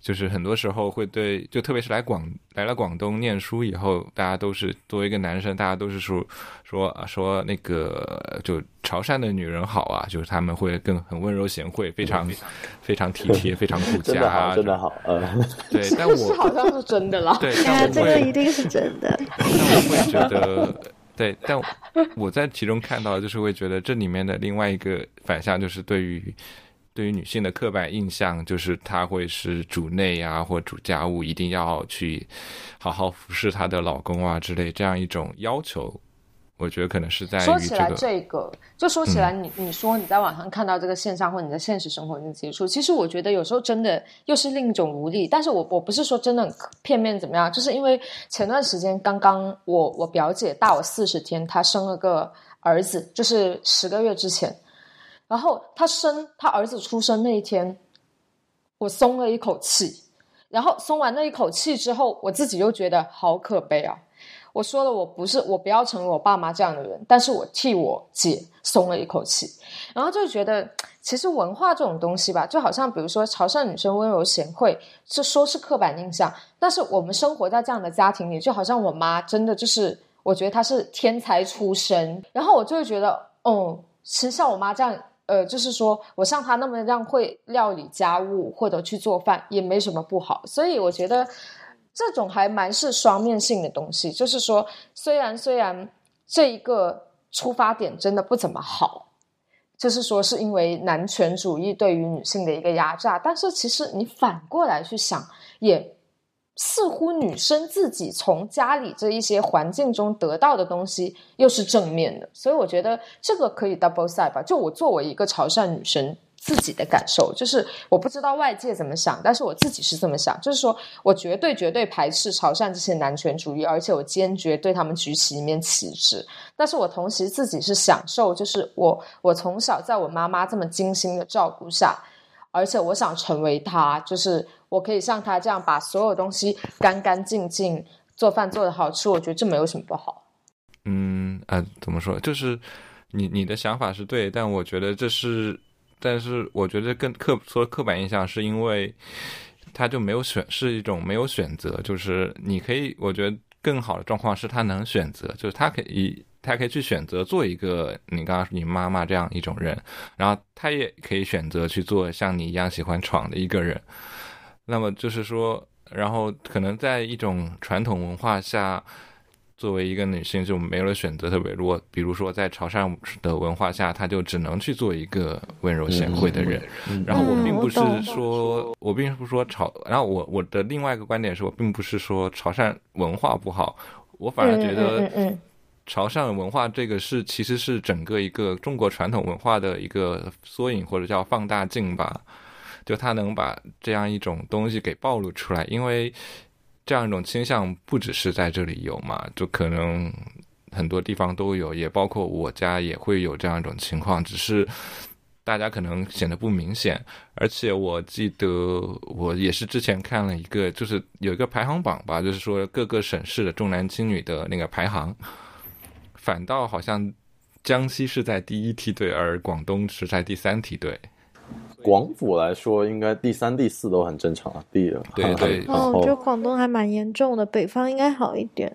就是很多时候会对，就特别是来了广东念书以后，大家都是作为一个男生，大家都是说那个就潮汕的女人好啊，就是他们会很温柔贤惠，非常非常体贴，非常顾家啊， 真的好， 对，但我好像是真的啦， 对，但这个一定是真的。 但我会觉得，对，但我在其中看到，就是会觉得这里面的另外一个反向，就是对于女性的刻板印象，就是她会是主内啊，或主家务，一定要去好好服侍她的老公啊之类这样一种要求。我觉得可能是在于说起来就说起来你说你在网上看到这个现象，或者你在现实生活中接触，其实我觉得有时候真的又是另一种无力。但是我不是说真的很片面怎么样，就是因为前段时间刚刚我表姐大我40天，她生了个儿子，就是10个月之前，然后她儿子出生那一天，我松了一口气，然后松完那一口气之后，我自己又觉得好可悲啊。我说了，我不要成为我爸妈这样的人，但是我替我姐松了一口气。然后就觉得其实文化这种东西吧，就好像比如说潮汕女生温柔贤惠，说是刻板印象，但是我们生活在这样的家庭里，就好像我妈真的就是我觉得她是天才出身，然后我就会觉得其实像我妈这样就是说我像她那么这样会料理家务或者去做饭也没什么不好。所以我觉得这种还蛮是双面性的东西，就是说虽然这一个出发点真的不怎么好，就是说是因为男权主义对于女性的一个压榨，但是其实你反过来去想，也似乎女生自己从家里这一些环境中得到的东西又是正面的。所以我觉得这个可以 double side 吧。就我作为一个潮汕女生自己的感受，就是我不知道外界怎么想，但是我自己是这么想，就是说我绝对排斥潮汕这些男权主义，而且我坚决对他们举起一面旗帜。但是我同时自己是享受，就是我从小在我妈妈这么精心的照顾下，而且我想成为她，就是我可以像她这样把所有东西干干净净，做饭做得好吃，我觉得这没有什么不好。 怎么说，就是你的想法是对，但我觉得但是我觉得说刻板印象是因为他就是一种没有选择，就是你可以，我觉得更好的状况是他能选择，就是他可以去选择做一个你刚刚说你妈妈这样一种人，然后他也可以选择去做像你一样喜欢闯的一个人。那么就是说，然后可能在一种传统文化下，作为一个女性就没有了选择，特别比如说在潮汕的文化下，她就只能去做一个温柔贤惠的人。然后我并不是说然后我的另外一个观点是，我并不是说潮汕文化不好，我反而觉得潮汕文化这个其实是整个一个中国传统文化的一个缩影，或者叫放大镜吧。就它能把这样一种东西给暴露出来，因为这样一种倾向不只是在这里有嘛，就可能很多地方都有，也包括我家也会有这样一种情况，只是大家可能显得不明显。而且我记得我也是之前看了一个，就是有一个排行榜吧，就是说各个省市的重男轻女的那个排行，反倒好像江西是在第1梯队，而广东是在第3梯队。 广府来说，应该第3、第4都很正常啊。对， 我觉得广东还蛮严重的，北方应该好一点。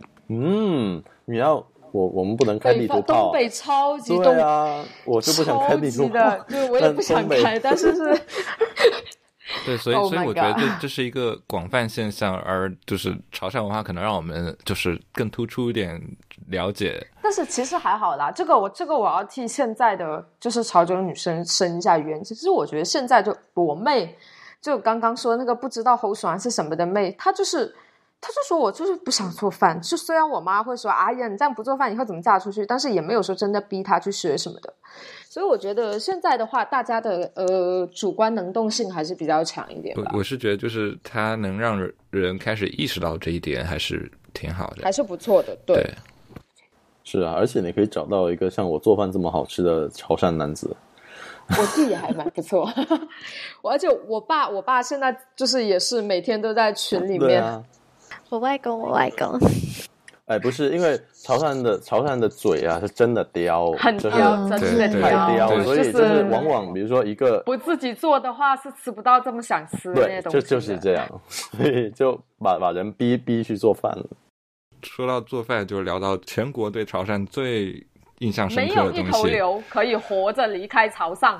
我们不能开地图炮， 东北超级对啊，我就不想开地图炮， 对，我也不想开，但是对，所以我觉得这是一个广泛现象，而就是潮汕文化可能让我们就是更突出一点了解。 但是其实还好啦，这个我要替现在的就是潮州女生伸一下冤。其实我觉得现在就我妹，就刚刚说那个不知道齁爽是什么的妹，她就说我就是不想做饭，就虽然我妈会说哎呀你这样不做饭以后怎么嫁出去，但是也没有说真的逼她去学什么的。所以我觉得现在的话，大家的主观能动性还是比较强一点吧。 我是觉得就是它能让人开始意识到这一点，还是挺好的， 还是不错的。对， 是啊，而且你可以找到一个像我做饭这么好吃的潮汕男子。 我弟也还蛮不错，而且我爸现在就是也是每天都在群里面。 我外公。 不是，因为潮汕的嘴啊是真的刁， 很就是刁，真的太刁， 对所以就是往往比如说一个不自己做的话是吃不到这么想吃的那些东西的。 就是这样，所以就把人逼去做饭了。 说到做饭，就聊到全国对潮汕最印象深刻的东西。 没有一头牛可以活着离开潮汕。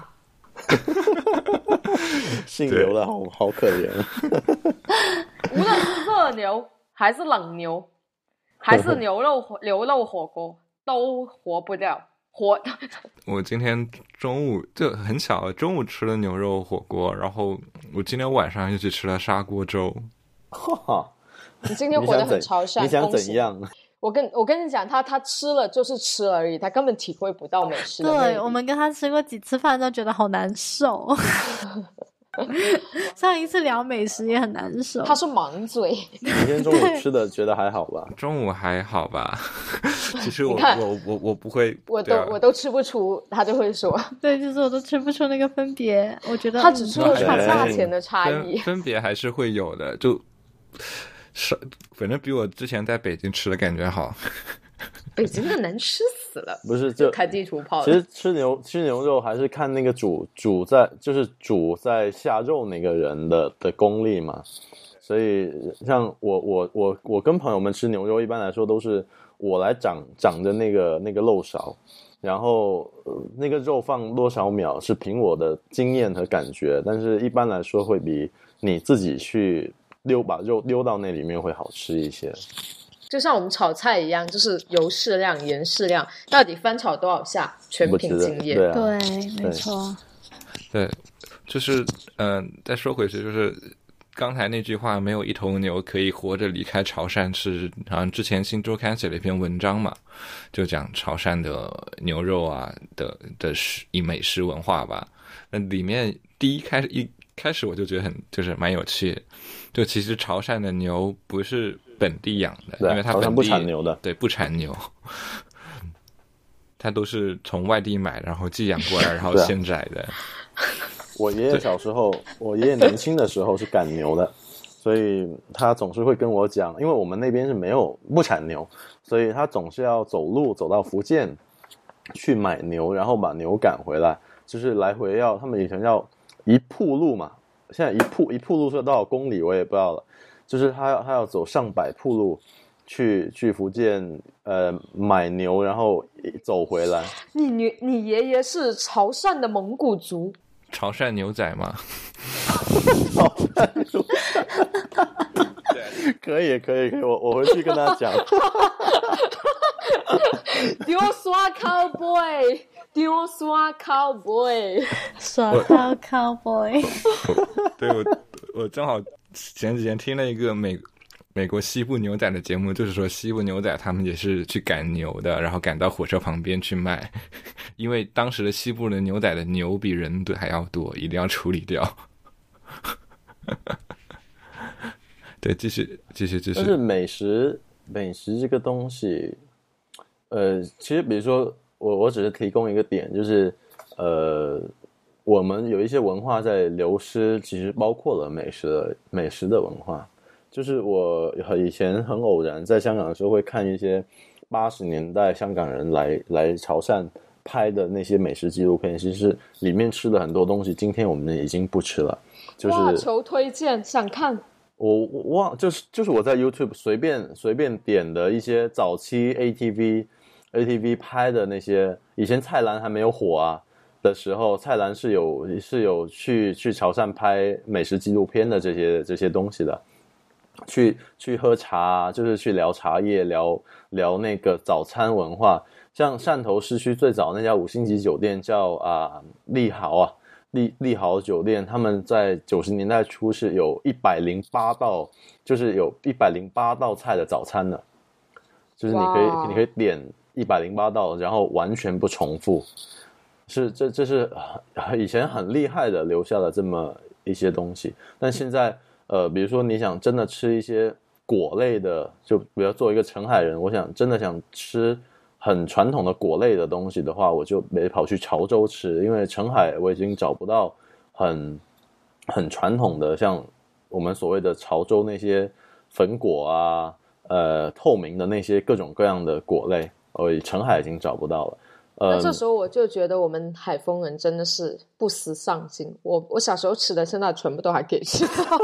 姓刘的好可怜。 无论是热牛还是冷牛，还是牛肉火锅，都活不掉。 我今天中午就很巧，中午吃了牛肉火锅，然后我今天晚上又去吃了砂锅粥。 你今天活得很潮汕， 你想怎样？ 我跟你讲，他吃了就是吃而已，他根本体会不到美食的魅力。 对，我们跟他吃过几次饭都觉得好难受。上一次聊美食也很难受。 他是盲嘴。 你今天中午吃的觉得还好吧？ 中午还好吧？其实我不会， 我都吃不出，他就会说。 对，就是我都吃不出那个分别。我觉得他只吃得出价钱的差异， 分别还是会有的，就是反正比我之前在北京吃的感觉好。 北京的难吃死了， 不是就开地图炮了。 其实吃牛肉还是看那个煮在下肉那个人的功力嘛。所以像我跟朋友们吃牛肉，一般来说都是我来掌着那个漏勺，然后那个肉放多少秒是凭我的经验和感觉，但是一般来说会比你自己去把肉溜到那里面会好吃一些。 就像我们炒菜一样，就是油适量盐适量，到底翻炒多少下全凭经验。 对，没错。 对，就是再说回去，就是刚才那句话，没有一头牛可以活着离开潮汕，是好像之前新周刊写了一篇文章嘛，就讲潮汕的牛肉啊的美食文化吧。那里面一开始我就觉得就是蛮有趣的，就其实潮汕的牛不是本地养的，因为它本地不产牛的， 对，不产牛，它都是从外地买，然后寄养过来，然后现宰的。 我爷爷小时候，我爷爷年轻的时候是赶牛的，所以他总是会跟我讲，因为我们那边是不产牛，所以他总是要走路走到福建去买牛，然后把牛赶回来，就是来回他们以前要一铺路嘛，现在一铺路是多少公里我也不知道了，就是他要走上百铺路去福建买牛，然后走回来。 你爷爷是潮汕的蒙古族？ 潮汕牛仔吗？ 潮汕牛仔可以，我回去跟他讲。 丢刷 cowboy， 丢刷 cowboy， 耍 cowboy。 对，我正好前几天听了一个美国西部牛仔的节目，就是说西部牛仔他们也是去赶牛的，然后赶到火车旁边去卖，因为当时的西部的牛仔的牛比人还要多，一定要处理掉。对，继续。但是美食这个东西，其实比如说我只是提供一个点，就是我们有一些文化在流失，其实包括了美食的文化。就是我以前很偶然在香港的时候会看一些80年代香港人来潮汕拍的那些美食纪录片，其实里面吃了很多东西今天我们已经不吃了。就是哇，求推荐，想看。 我忘就是我在 YouTube 随便点的一些早期 ATV 拍的那些，以前蔡澜还没有火啊的时候，蔡澜是有去潮汕拍美食纪录片的这些东西的。去喝茶，就是去聊茶叶，聊那个早餐文化。像汕头市区最早那家5星级酒店叫利豪酒店，他们在90年代初是有108道，就是有108道菜的早餐的，就是你可以点108道，然后完全不重复。这是以前很厉害的留下了这么一些东西，但现在。比如说你想真的吃一些果类的，就比如作为一个澄海人，我真的想吃很传统的果类的东西的话，我就得跑去潮州吃，因为澄海我已经找不到很传统的，像我们所谓的潮州那些粉果啊， 透明的那些各种各样的果类，澄海已经找不到了。 那这时候我就觉得我们海丰人真的是不思上进。我小时候吃的，现在全部都还可以吃到。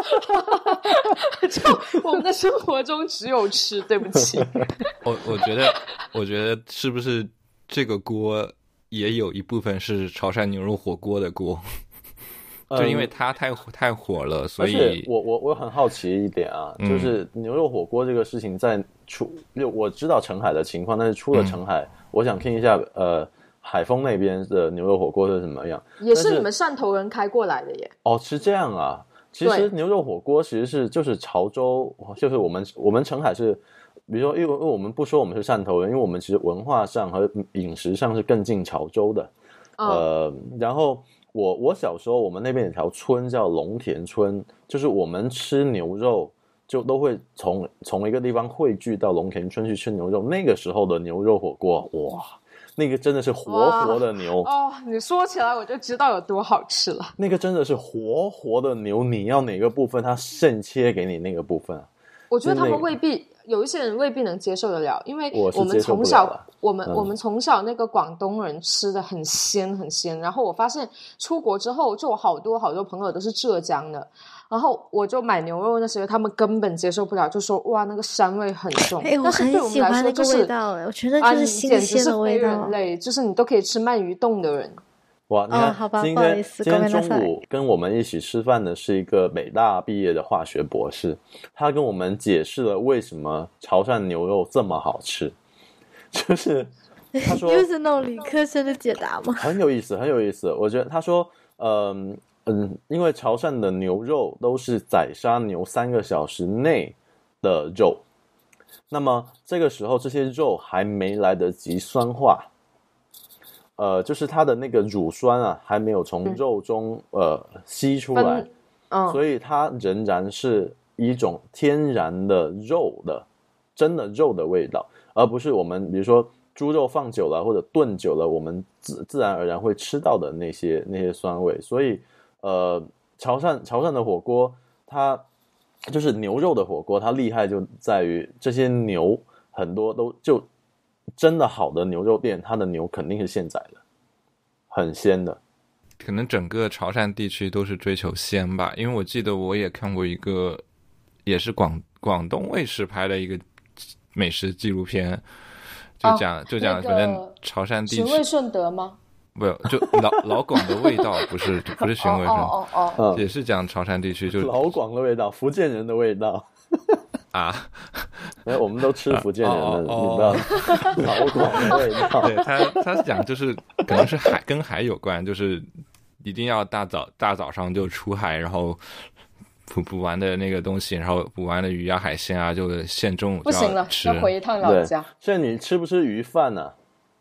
就我们的生活中只有吃，对不起。 我觉得是不是这个锅也有一部分是潮汕牛肉火锅的锅？就因为它太火了，所以而且我很好奇一点啊，就是牛肉火锅这个事情我知道澄海的情况，但是出了澄海，我想听一下海丰那边的牛肉火锅是怎么样？ 也是你们汕头人开过来的耶？ 哦，是这样啊。其实牛肉火锅其实就是潮州，就是我们澄海是，比如说因为我们不说我们是汕头人，因为我们其实文化上和饮食上是更近潮州的。然后我小时候我们那边有条村叫龙田村，就是我们吃牛肉就都会从一个地方汇聚到龙田村去吃牛肉。那个时候的牛肉火锅，哇，那个真的是活活的牛哦！你说起来我就知道有多好吃了。 那个真的是活活的牛，你要哪个部分，它现切给你那个部分。 我觉得他们有一些人未必能接受得了，因为我们从小我们从小那个广东人吃的很鲜很鲜，然后我发现出国之后，就有好多朋友都是浙江的，然后我就买牛肉那些，他们根本接受不了，就说哇那个膻味很重。 我很喜欢那个味道，我觉得就是新鲜的味道。 简直是非人类，就是你都可以吃鳗鱼冻的人。 哇，你看， 好吧， 今不好意思， 天中午跟我们一起吃饭的是一个北大毕业的化学博士，他跟我们解释了为什么潮汕牛肉这么好吃，就是他说又是那种理科生的解答吗？ 很有意思，很有意思。我觉得他说，因为潮汕的牛肉都是宰杀牛3个小时内的肉，那么这个时候这些肉还没来得及酸化。就是它的那个乳酸啊，还没有从肉中吸出来，所以它仍然是一种天然的真的肉的味道，而不是我们比如说猪肉放久了或者炖久了，我们自然而然会吃到的那些酸味。所以潮汕的火锅，它就是牛肉的火锅，它厉害就在于这些牛很多都就。真的好的牛肉店，它的牛肯定是现宰的，很鲜的。 可能整个潮汕地区都是追求鲜吧，因为我记得我也看过一个，也是广东卫视拍的一个美食纪录片，就讲反正潮汕地区。 寻味顺德吗？ 不，就老广的味道，不是寻味顺德，也是讲潮汕地区，就老广的味道，福建人的味道。 啊， 我们都吃福建人的，你知道老广的味道。 对，他是讲就是可能是跟海有关，就是一定要大早上就出海，然后捕完的那个东西，然后捕完的鱼啊海鲜啊，就现中午就要吃。 不行了，要回一趟老家。 所以你吃不吃鱼饭呢？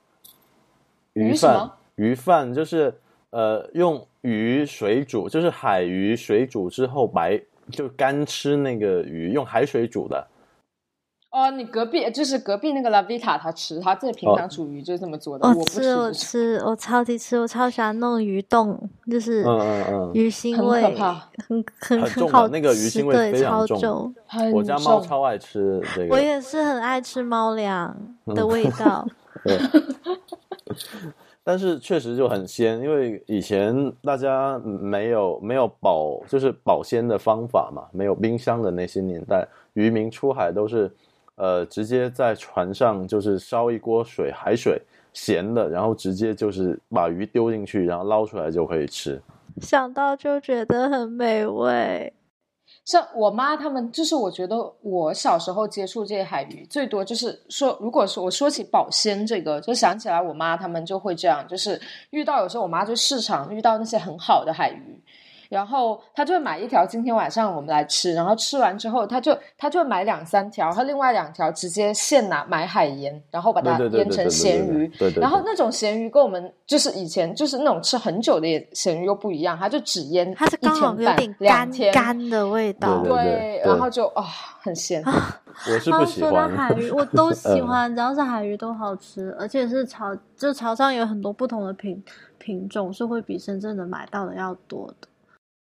鱼饭就是用鱼水煮，就是海鱼水煮之后就干吃那个鱼，用海水煮的。 哦，你隔壁那个拉维塔，他吃，他这平常煮鱼就是这么做的。我吃，我超级吃，我超喜欢弄鱼冻，就是鱼腥味， 很可怕， 很重好吃， 那个鱼腥味非常重。我家猫超爱吃这个， 我也是很爱吃猫粮的味道。 对。但是确实就很鲜，因为以前大家没有就是保鲜的方法嘛，没有冰箱的那些年代，渔民出海都是直接在船上就是烧一锅海水咸的，然后直接就是把鱼丢进去，然后捞出来就可以吃。 想到就觉得很美味。 像我妈他们，就是我觉得我小时候接触这些海鱼最多就是说，如果说我说起保鲜这个，就想起来我妈他们就会这样，就是有时候我妈去市场遇到那些很好的海鱼，然后他就会买一条今天晚上我们来吃，然后吃完之后他就会买2-3条，他另外2条直接现买海盐，然后把它腌成咸鱼。然后那种咸鱼跟我们就是以前就是那种吃很久的咸鱼又不一样，他就只腌它是刚好有点干的味道。 对，然后就很鲜。 我是不喜欢海鱼，我都喜欢，只要是海鱼都好吃，而且是潮汕有很多不同的品种，是会比深圳的买到的要多的。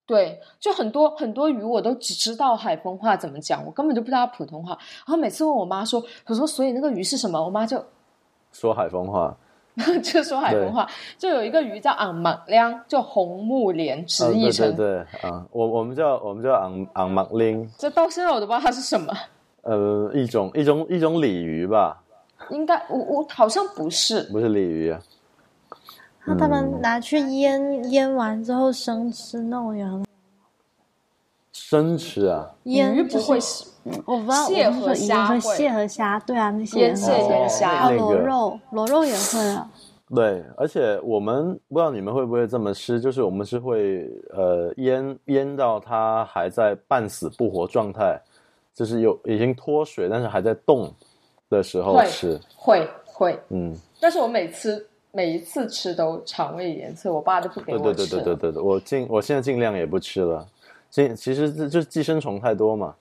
对，就很多鱼我都只知道海丰话怎么讲，我根本就不知道普通话。然后每次问我妈说，我说所以那个鱼是什么，我妈就说海丰话， 就说海丰话，就有一个鱼叫昂芒亮，就红木莲直译成， 对啊，我们叫昂芒拎， 这到现在我都不知道它是什么。 一种鲤鱼吧， 应该我好像不是鲤鱼啊。 那他们拿去腌完之后生吃那种样子。 生吃啊？ 鱼不会， 我不知道。 蟹和虾会， 蟹和虾，对啊，那些腌蟹腌虾， 还有螺肉也会啊。 对，而且我们不知道你们会不会这么吃，就是我们是会腌到它还在半死不活状态，就是已经脱水但是还在动的时候吃。 会，但是我每一次吃都肠胃炎，所以我爸就不给我吃。 对，我现在尽量也不吃了。其实就是寄生虫太多嘛，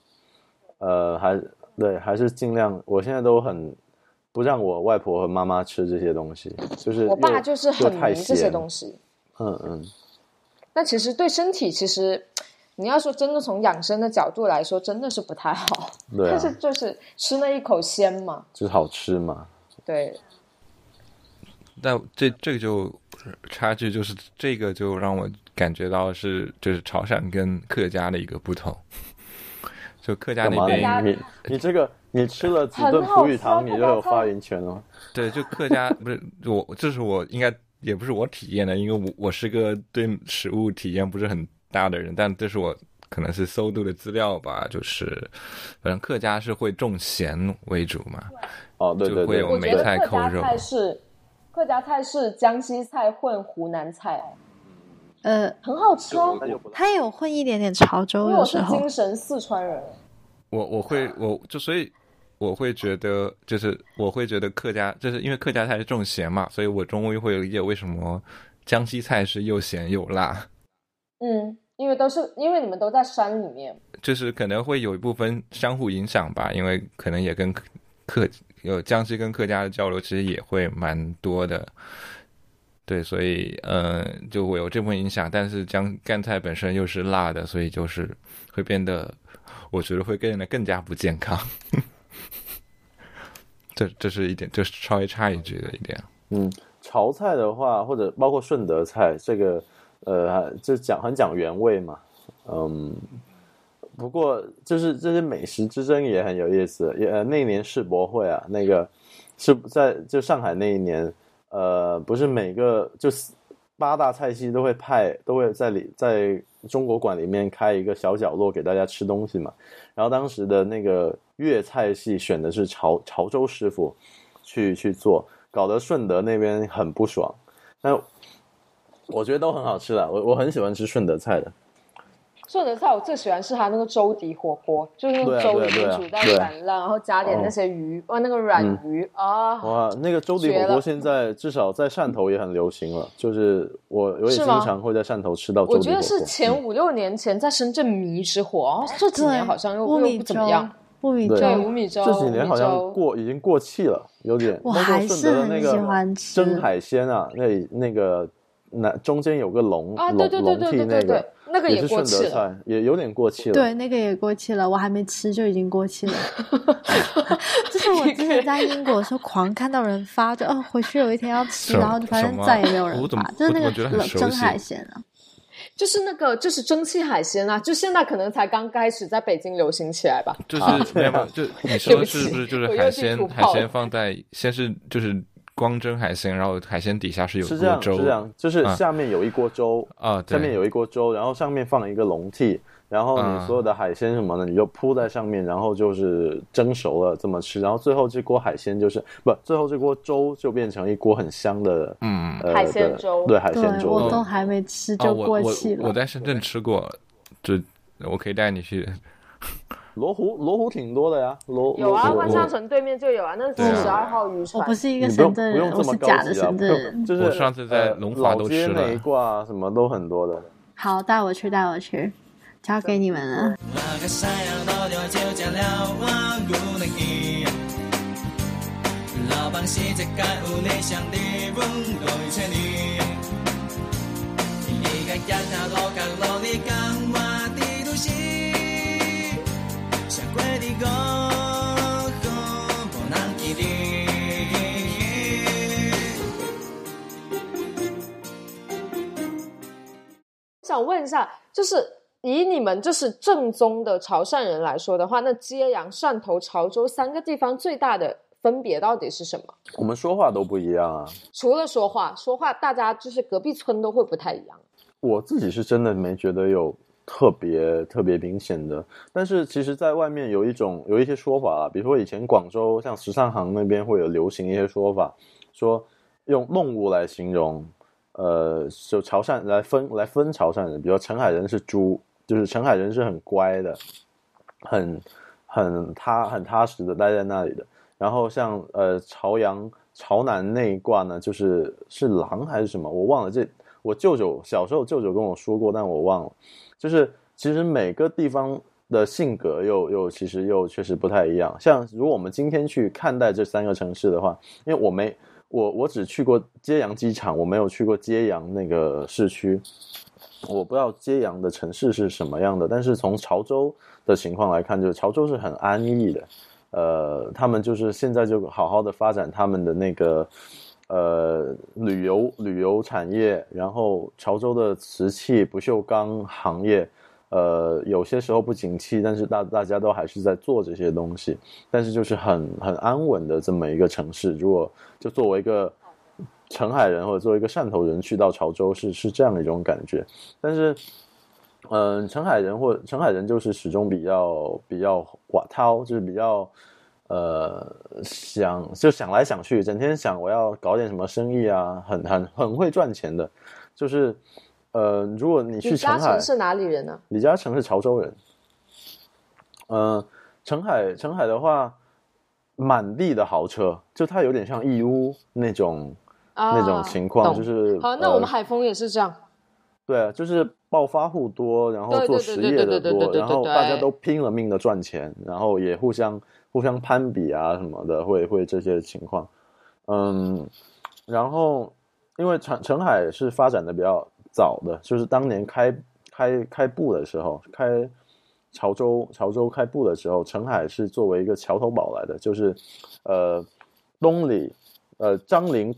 还是尽量。我现在都很不让我外婆和妈妈吃这些东西，就是我爸就是很迷这些东西。那其实对身体，其实你要说真的从养生的角度来说，真的是不太好。 对啊， 但是就是吃那一口鲜嘛， 就是好吃嘛。 对。 但这个就差距，就是这个就让我感觉到就是潮汕跟客家的一个不同。就客家那边， 你这个你吃了几顿普语汤，你就有发言权了。 对，就客家不是这是我应该也不是我体验的，因为我是个对食物体验不是很大的人，但这是我可能是搜读的资料吧，就是反正客家是会重咸为主嘛。 哦，对， 就会有梅菜扣肉。 客家菜是江西菜混湖南菜，很好吃哦。 它有混一点点潮州，有时候。 因为我是精神四川人。 所以我会觉得客家，就是因为客家菜是重咸嘛，所以我终于会理解为什么江西菜是又咸又辣。 因为你们都在山里面， 就是可能会有一部分相互影响吧，因为可能也跟有江西跟客家的交流其实也会蛮多的，对，所以就会有这部分影响。但是赣菜本身又是辣的，所以就是会变得，我觉得会变得更加不健康。这是一点，就是稍微差一句的一点。 潮菜的话，或者包括顺德菜，这个就很讲原味嘛，不过就是这些美食之争也很有意思。那一年世博会啊，那个是就上海那一年，不是每个就8大菜系都会在中国馆里面开一个小角落给大家吃东西嘛。然后当时的那个粤菜系选的是潮州师傅去做，搞得顺德那边很不爽。但我觉得都很好吃啦，我很喜欢吃顺德菜的。 顺德菜我最喜欢是它那个粥底火锅，就是那个粥里面煮到软烂，然后加点那些鱼，那个软鱼啊！ 哇，那个粥底火锅现在至少在汕头也很流行了，就是我也经常会在汕头吃到粥底火锅。 我觉得是前5-6年前在深圳迷之火，这几年好像又不怎么样。 乌米粥， 对，乌米粥这几年好像已经过气了，有点。 我还是很喜欢吃蒸海鲜啊，那个中间有个笼啊， 对， 那个也过气了，也有点过气了。 对，那个也过气了，我还没吃就已经过气了。就是我之前在英国的时候，狂看到人发，就回去有一天要吃，然后就发现再也没有人发，就是那个蒸海鲜啊。 就是蒸汽海鲜啊，就现在可能才刚开始在北京流行起来吧。 就是没有，就你说是不是就是海鲜放在先是就是光蒸海鲜，然后海鲜底下是有锅粥， 是这样，就是下面有一锅粥啊， 下面有一锅粥，然后上面放一个笼屉，然后你所有的海鲜什么的，你就铺在上面，然后就是蒸熟了这么吃，然后最后这锅海鲜最后这锅粥就变成一锅很香的海鲜粥， 对，海鲜粥。 我都还没吃就过气了。 我在深圳吃过，就我可以带你去。 罗湖挺多的呀， 有啊，万象城对面就有啊，那是12号渔船。 我不是一个深圳人，我是假的深圳人。 就是我上次在龙华都吃了， 老街那一挂什么都很多的。 好，带我去，交给你们了。老板是一个有理想的人，对找你。伊个行到路角路你讲我的路是谁过的歌无人记得。 想问一下，就是以你们就是正宗的潮汕人来说的话，那揭阳、汕头、潮州3个地方最大的分别到底是什么？ 我们说话都不一样啊。 除了说话大家就是隔壁村都会不太一样。 我自己是真的没觉得有特别明显的，但是其实在外面有一些说法啦，比如说以前广州像十三行那边会有流行一些说法，说用弄物来形容就潮汕来分潮汕人，比如说澄海人是猪，就是澄海人是很乖的，很踏实的待在那里的。然后像潮阳潮南那一挂呢，是狼还是什么我忘了，我小时候舅舅跟我说过，但我忘了。就是其实每个地方的性格其实确实不太一样。像如果我们今天去看待这3个城市的话，因为我只去过揭阳机场，我没有去过揭阳那个市区，我不知道揭阳的城市是什么样的。但是从潮州的情况来看，就是潮州是很安逸的，他们就是现在就好好的发展他们的那个旅游产业，然后潮州的瓷器不锈钢行业有些时候不景气，但是大家都还是在做这些东西，但是就是很安稳的这么一个城市。如果就作为一个澄海人或者作为一个汕头人去到潮州是这样的一种感觉。但是澄海人就是始终比较滑涛，就是比较想来想去，整天想我要搞点什么生意啊，很会赚钱的。就是如果你去澄海， 李嘉诚是哪里人呢？ 李嘉诚是潮州人。澄海的话，满地的豪车，就它有点像义乌那种情况，就是好，那我们海丰也是这样。 对啊，就是暴发户多，然后做实业的多，然后大家都拼了命的赚钱，然后也互相攀比啊什么的，会这些情况。然后因为澄海是发展的比较早的，就是当年开埠的时候，潮州开埠的时候，澄海是作为一个桥头堡来的，就是东里樟林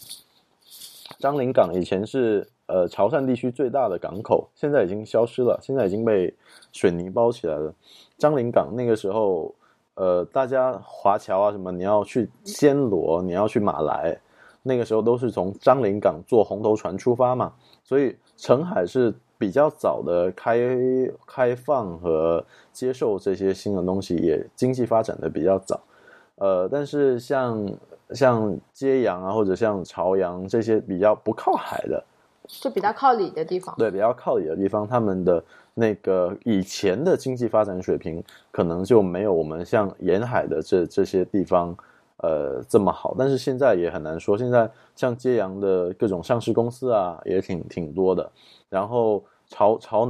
港以前是潮汕地区最大的港口，现在已经消失了，现在已经被水泥包起来了。樟林港那个时候大家华侨啊什么，你要去暹罗，你要去马来，那个时候都是从樟林港坐红头船出发嘛，所以澄海是比较早的开放和接受这些新的东西，也经济发展的比较早。但是像揭阳啊，或者像潮阳这些比较不靠海的， 就比较靠里的地方， 对，比较靠里的地方，他们的那个以前的经济发展水平可能就没有我们像沿海的这些地方这么好。但是现在也很难说，现在像揭阳的各种上市公司啊也挺多的，然后潮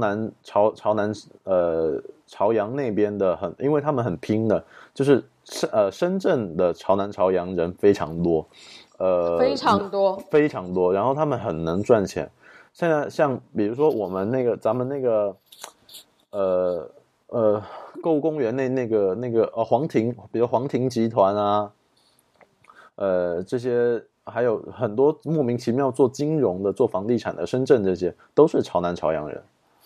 阳那边的因为他们很拼的，就是深圳的潮南潮阳人非常多， 非常多，然后他们很能赚钱。现在像比如说咱们那个购物公园那个皇庭，比如皇庭集团啊，这些还有很多莫名其妙做金融的、做房地产的，深圳这些都是潮南潮阳人。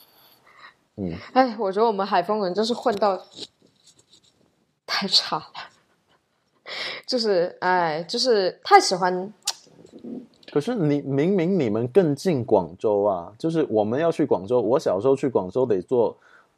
我觉得我们海丰人就是混到太差了，就是太喜欢。 可是明明你们更近广州啊，就是我们要去广州，我小时候去广州得坐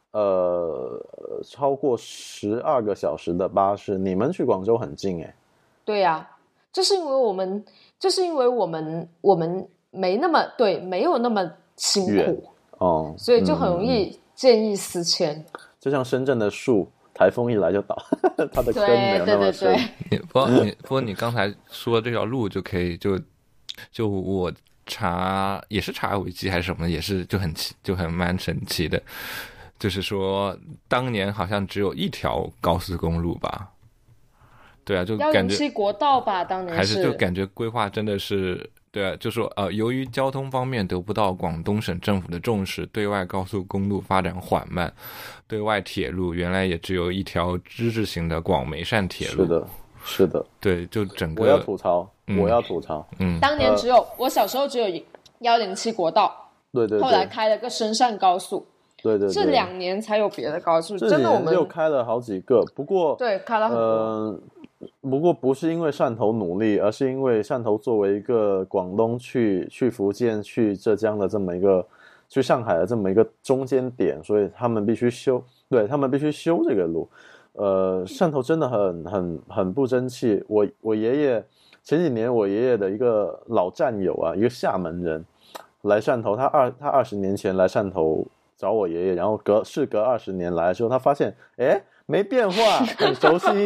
超过12个小时的巴士，你们去广州很近欸。 对呀，就是因为我们没有那么辛苦哦， 所以就很容易见异思迁。 就像深圳的树，台风一来就倒，它的根没有那么深。 不过你刚才说这条路就可以就我查维基还是什么，也是就很蛮神奇的，就是说当年好像只有一条高速公路吧。对啊，就感觉 107国道吧，当年还是就感觉规划真的是对啊，就说由于交通方面得不到广东省政府的重视，对外高速公路发展缓慢，对外铁路原来也只有一条之字形的广梅汕铁路。 是的，是的， 对，就整个我要吐槽，我要吐槽， 当年我小时候只有107国道， 对对对， 后来开了个深汕高速， 对对对， 这2年才有别的高速， 这真的我们几年又开了好几个，不过对开了很多。 不过不是因为汕头努力，而是因为汕头作为一个广东去福建去浙江的这么一个去上海的这么一个中间点，所以他们必须修这个路。汕头真的很不争气。我爷爷前几年，我爷爷的一个老战友啊，一个厦门人来汕头，他20年前来汕头找我爷爷，然后隔20年来的时候，他发现没变化，很熟悉。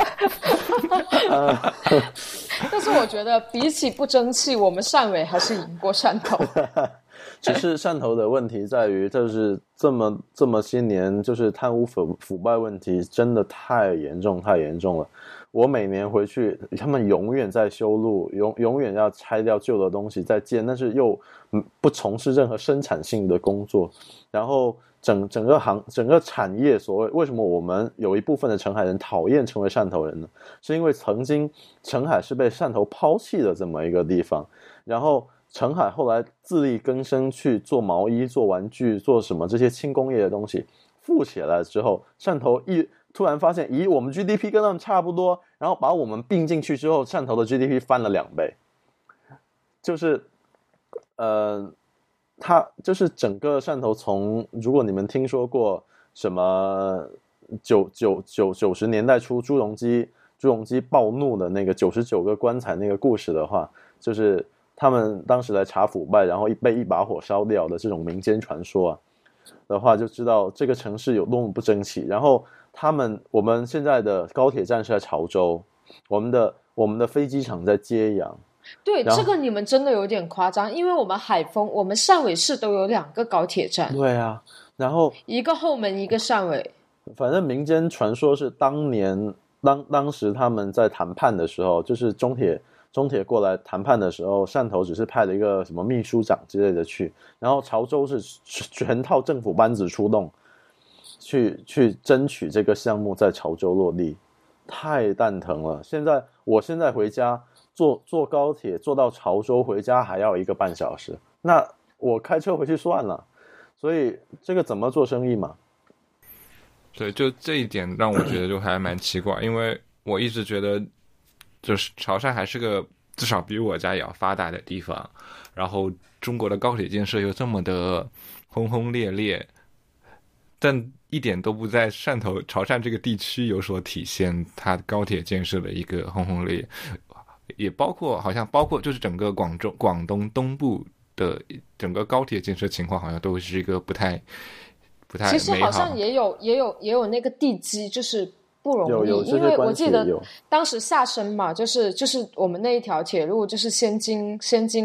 但是我觉得比起不争气，我们汕尾还是赢过汕头。 只是汕头的问题在于，就是这么些年，就是贪污腐败问题真的太严重了。我每年回去，他们永远在修路，永远要拆掉旧的东西再建，但是又不从事任何生产性的工作，然后整个产业，为什么我们有一部分的澄海人讨厌成为汕头人呢？是因为曾经澄海是被汕头抛弃的这么一个地方，然后澄海后来自力更生去做毛衣、做玩具、做什么这些轻工业的东西，富起来之后，汕头突然发现，咦，我们 GDP 跟他们差不多，然后把我们并进去之后，汕头的 GDP 翻了2倍，就是它就是整个汕头如果你们听说过什么90年代初朱镕基暴怒的那个99个棺材那个故事的话，就是他们当时来查腐败，然后被一把火烧掉的这种民间传说啊的话，就知道这个城市有多么不争气。然后我们现在的高铁站是在潮州，我们的飞机场在揭阳。 对，这个你们真的有点夸张，因为我们海丰、我们汕尾市都有2个高铁站。 对啊，然后一个后门，一个汕尾。 反正民间传说是当时他们在谈判的时候，就是中铁过来谈判的时候，汕头只是派了一个什么秘书长之类的去，然后潮州是全套政府班子出动去争取这个项目在潮州落地，太蛋疼了。我现在回家坐高铁坐到潮州回家还要1个半小时，那我开车回去算了。所以这个怎么做生意嘛？ 对，就这一点让我觉得就还蛮奇怪，因为我一直觉得就是潮汕还是个至少比我家也要发达的地方，然后中国的高铁建设又这么的轰轰烈烈，但一点都不在潮汕这个地区有所体现，它高铁建设的一个轰轰烈烈，也包括就是整个广东东部的整个高铁建设情况，好像都是一个不太其实好像也有那个地基，就是不容易，因为我记得当时下深嘛，就是我们那一条铁路，就是先经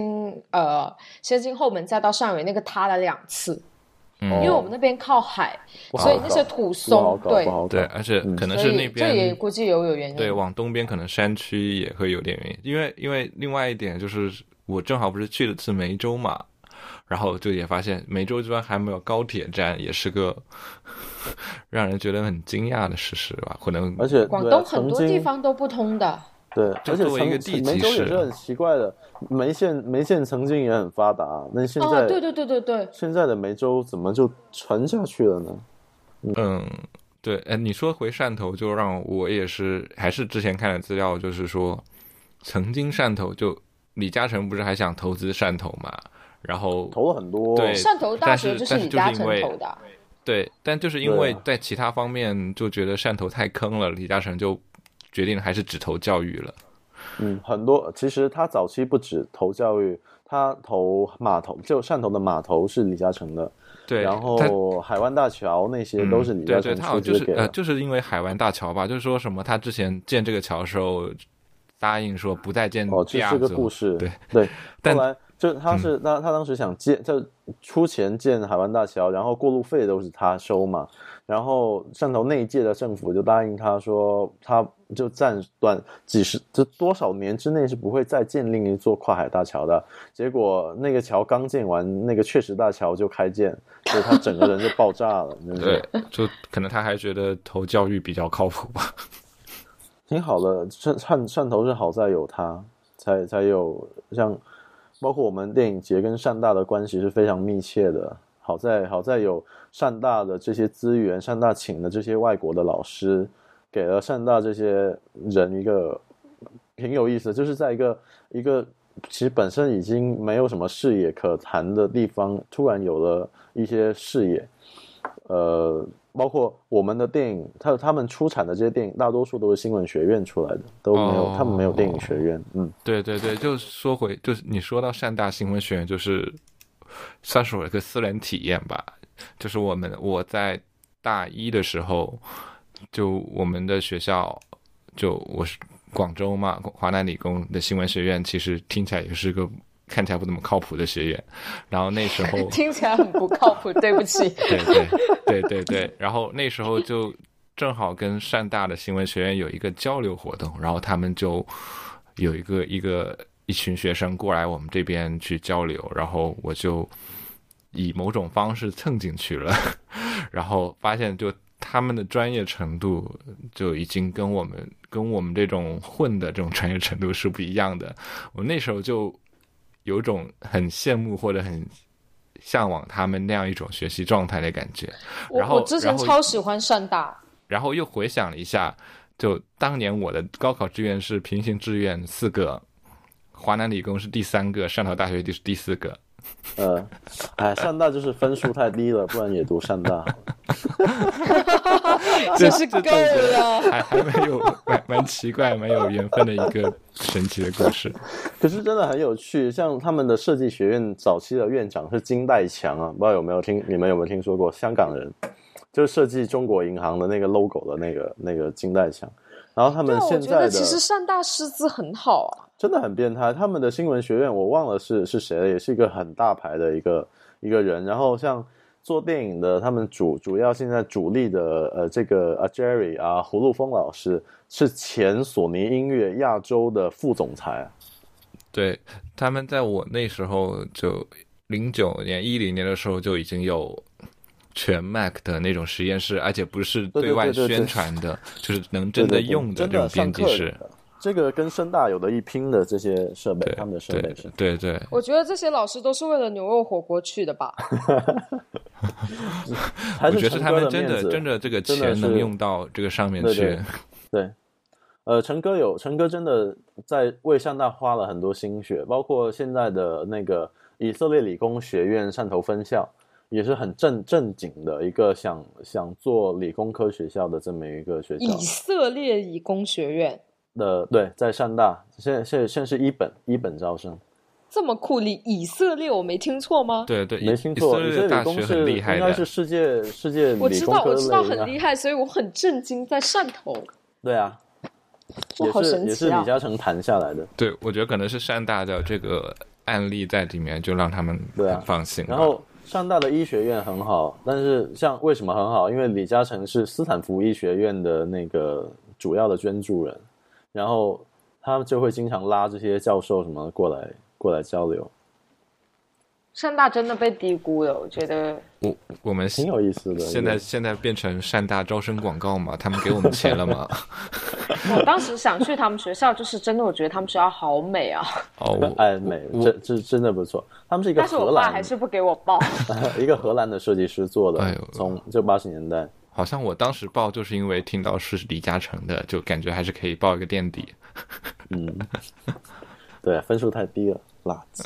后门再到汕尾那个塌了2次。因为我们那边靠海，所以那些土松， 对，而且可能是那边这也估计有原因。 对，往东边可能山区也会有点原因，因为另外一点就是我正好不是去了次梅州嘛，然后就也发现梅州这边还没有高铁站，也是个让人觉得很惊讶的事实吧？可能而且广东很多地方都不通的。 对，而且梅州也是很奇怪的，梅县曾经也很发达，那现在对， 现在的梅州怎么就沉下去了呢？ 对，你说回汕头，就让我也是还是之前看的资料，就是说曾经汕头就李嘉诚不是还想投资汕头嘛，然后投了很多， 对， 汕头大学就是李嘉诚投的， 对，但就是因为在其他方面就觉得汕头太坑了，李嘉诚就决定还是只投教育了。 很多其实他早期不止投教育，他投码头，就汕头的码头是李嘉诚的， 对， 然后海湾大桥那些都是李嘉诚出资给的。 就是因为海湾大桥吧，就是说什么他之前建这个桥的时候答应说不再建第二座， 这是个故事， 对， 后来就他当时想建，就出钱建海湾大桥，然后过路费都是他收嘛。然后汕头那一届的政府就答应他说，他就暂短就多少年之内是不会再建另一座跨海大桥的。结果那个桥刚建完，那个确实大桥就开建，所以他整个人就爆炸了。 对，就可能他还觉得投教育比较靠谱吧。 挺好的，汕头是好在有他，才有像包括我们电影节跟汕大的关系是非常密切的。好在有汕大的这些资源，汕大请的这些外国的老师，给了汕大这些人一个挺有意思的，就是在一个其实本身已经没有什么视野可谈的地方，突然有了一些视野。包括我们的电影，他们出产的这些电影，大多数都是新闻学院出来的，都没有，他们没有电影学院。 对，就说回，就是你说到汕大新闻学院，就是算是我一个私人体验吧。就是我在大一的时候，就我们的学校，就我是广州嘛，华南理工的新闻学院，其实听起来也是个看起来不怎么靠谱的学院。然后那时候听起来很不靠谱，对不起。 对，然后那时候就正好跟汕大的新闻学院有一个交流活动，然后他们就有一群学生过来我们这边去交流，然后我就以某种方式蹭进去了，然后发现就他们的专业程度就已经跟我们这种混的这种专业程度是不一样的。我那时候就有种很羡慕或者很向往他们那样一种学习状态的感觉。 我之前超喜欢汕大， 然后又回想了一下，就当年我的高考志愿是平行志愿4个，华南理工是第3个，汕头大学是第4个。 汕大就是分数太低了，不然也读汕大。 这是够了， 还蛮有蛮奇怪、蛮有缘分的一个神奇的故事。 可是真的很有趣，像他们的设计学院早期的院长是金代强啊，不知道你们有没有听说过？香港人，就是设计中国银行的那个 logo 的那个金代强。然后他们现在的， 我觉得其实汕大师资很好啊， 真的很变态。他们的新闻学院我忘了是谁了，也是一个很大牌的一个人。然后像做电影的，他们主要现在主力的这个Jerry 胡陆峰老师是前索尼音乐亚洲的副总裁。 对，他们在我那时候就09年10年的时候就已经有全 Mac 的那种实验室，而且不是对外宣传的，就是能真的用的这种编辑室。 这个跟深大有的一拼的这些设备，他们的设备是。 对， 我觉得这些老师都是为了牛肉火锅去的吧。 还是我觉得是他们真的这个钱能用到这个上面去。 对，陈哥真的在为汕大花了很多心血，包括现在的那个以色列理工学院汕头分校。也是很正经的一个想做理工科学校的这么一个学校。 以色列理工学院的，对，在汕大，现在是一本招生。 这么酷，以色列我没听错吗？ 对， 没听错，以色列理工是很厉害的，应该是世界理工科我知道很厉害，所以我很震惊，在汕头。 对啊，也是李嘉诚谈下来的。 对，我觉得可能是汕大的这个案例在里面，就让他们很放心。 然后汕大的医学院很好，但是为什么很好？因为李嘉诚是斯坦福医学院的那个主要的捐助人，然后他就会经常拉这些教授什么过来交流。 汕大真的被低估了，我觉得。 我们挺有意思的。 现在变成汕大招生广告嘛？他们给我们钱了吗？ 我当时想去他们学校，就是真的，我觉得他们学校好美啊！ 美，这真的不错。他们是一个荷兰， 但是我爸还是不给我报。 一个荷兰的设计师做的，从就80年代。 好像我当时报就是因为听到是李嘉诚的，就感觉还是可以报一个垫底。 对，分数太低了，垃圾。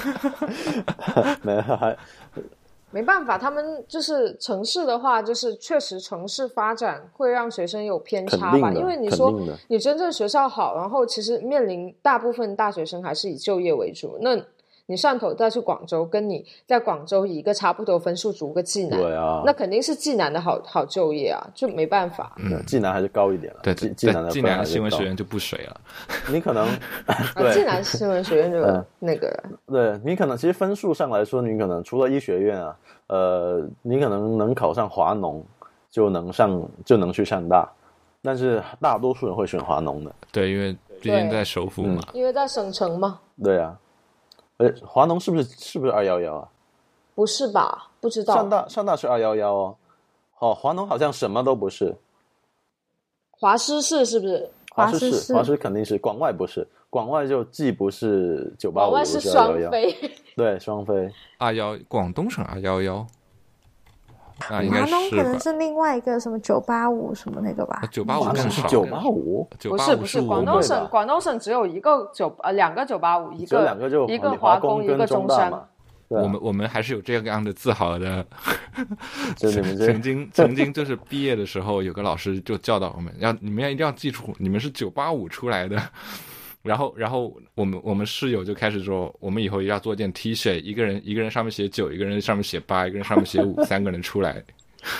没办法，他们就是城市的话，就是确实城市发展会让学生有偏差吧。因为你说你真正学校好，然后其实面临大部分大学生还是以就业为主，那你汕头再去广州，跟你在广州以一个差不多分数读个暨南， 对啊， 那肯定是暨南的好就业啊，就没办法。 暨南还是高一点了。 对， 暨南的暨南新闻学院就不水了。 你可能对暨南新闻学院就那个， 对你可能其实分数上来说，你可能除了医学院啊，你可能能考上华农，就能去上大，但是大多数人会选华农的。 对，因为毕竟在首府嘛。 因为在省城嘛。 对啊，华农是不是211啊？ 不是吧？不知道。 上大是211哦。华农好像什么都不是。 华师是不是？ 华师肯定是，广外不是，广外就既不是985， 广外是双非。 对，双非。 广东省211。那应该是吧。 华农可能是另外一个什么985什么那个吧。 985更少。 985 不是，广东省只有两个985，一个华工，一个中山嘛。 我们还是有这样的自豪的。曾经就是毕业的时候，有个老师就教导我们，你们一定要记住，你们是985出来的。然后我们室友就开始说，我们以后要做件 T 恤，一个人上面写9，一个人上面写8，一个人上面写5，三个人出来。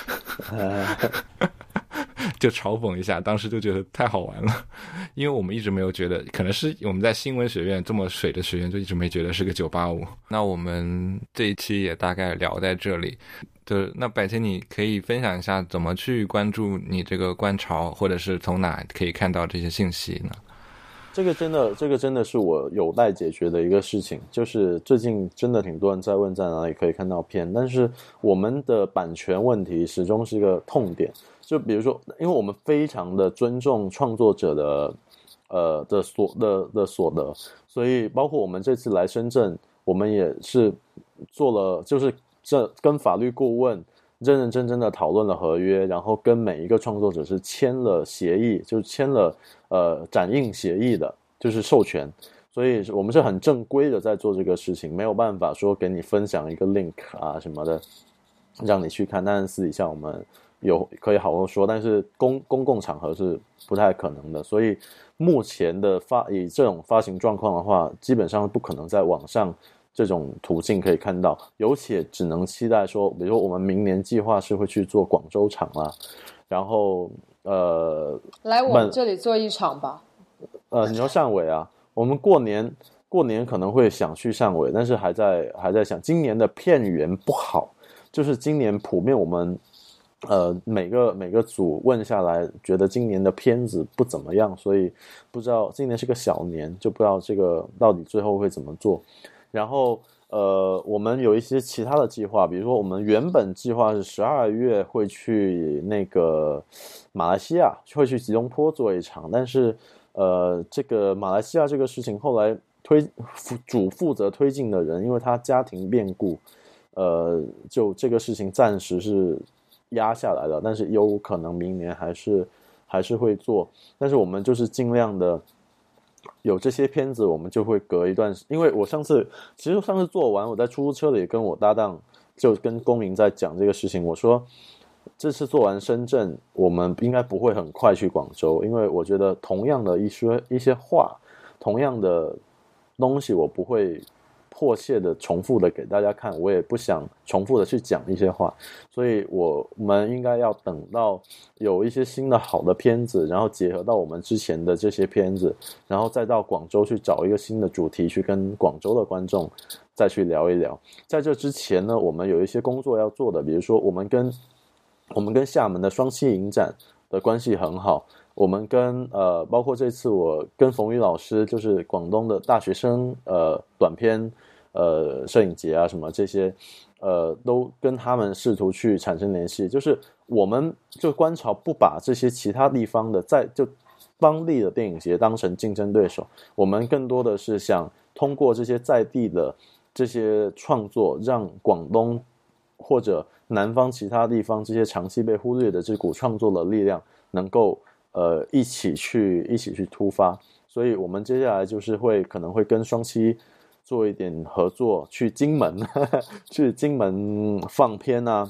就嘲讽一下，当时就觉得太好玩了，因为我们一直没有觉得，可能是我们在新闻学院这么水的学院，就一直没觉得是个985。那我们这一期也大概聊在这里。那百千，你可以分享一下怎么去关注你这个观潮，或者是从哪可以看到这些信息呢？ 这个真的是我有待解决的一个事情，就是最近真的挺多人在问在哪里可以看到片，但是我们的版权问题始终是一个痛点。就比如说，因为我们非常的尊重创作者的所得，所以包括我们这次来深圳，我们也是做了，就是跟法律顾问认真的讨论了合约，然后跟每一个创作者是签了协议，就是签了展映协议的，就是授权，所以我们是很正规的在做这个事情，没有办法说给你分享一个 link 啊什么的让你去看，但是私底下我们可以好好说，但是公共场合是不太可能的，所以目前的以这种发行状况的话，基本上不可能在网上这种途径可以看到，尤其只能期待说，比如说我们明年计划是会去做广州场啦，然后来我们这里做一场吧。 你说汕尾啊，我们过年可能会想去汕尾，但是还在想，今年的片源不好，就是今年普遍我们每个组问下来，觉得今年的片子不怎么样，所以不知道今年是个小年，就不知道这个到底最后会怎么做。然后我们有一些其他的计划，比如说我们原本计划是12月会去那个马来西亚，会去吉隆坡做一场，但是这个马来西亚这个事情后来主负责推进的人，因为他家庭变故，就这个事情暂时是压下来了，但是有可能明年还是会做，但是我们就是尽量的有这些片子，我们就会隔一段，因为我上次做完，我在出租车里跟我搭档就跟公民在讲这个事情，我说这次做完深圳，我们应该不会很快去广州，因为我觉得同样的一些话，同样的东西，我不会迫切的重复的给大家看，我也不想重复的去讲一些话，所以我们应该要等到有一些新的好的片子，然后结合到我们之前的这些片子，然后再到广州去找一个新的主题，去跟广州的观众再去聊一聊。在这之前呢，我们有一些工作要做的，比如说我们跟厦门的双栖影展的关系很好，我们跟包括这次我跟冯宇老师，就是广东的大学生短片摄影节啊什么这些都跟他们试图去产生联系，就是我们就观潮不把这些其他地方的就当地的电影节当成竞争对手，我们更多的是想通过这些在地的这些创作，让广东或者南方其他地方这些长期被忽略的这股创作的力量能够一起去突发。所以我们接下来就是可能会跟双栖做一点合作，去金门去金门放片啊，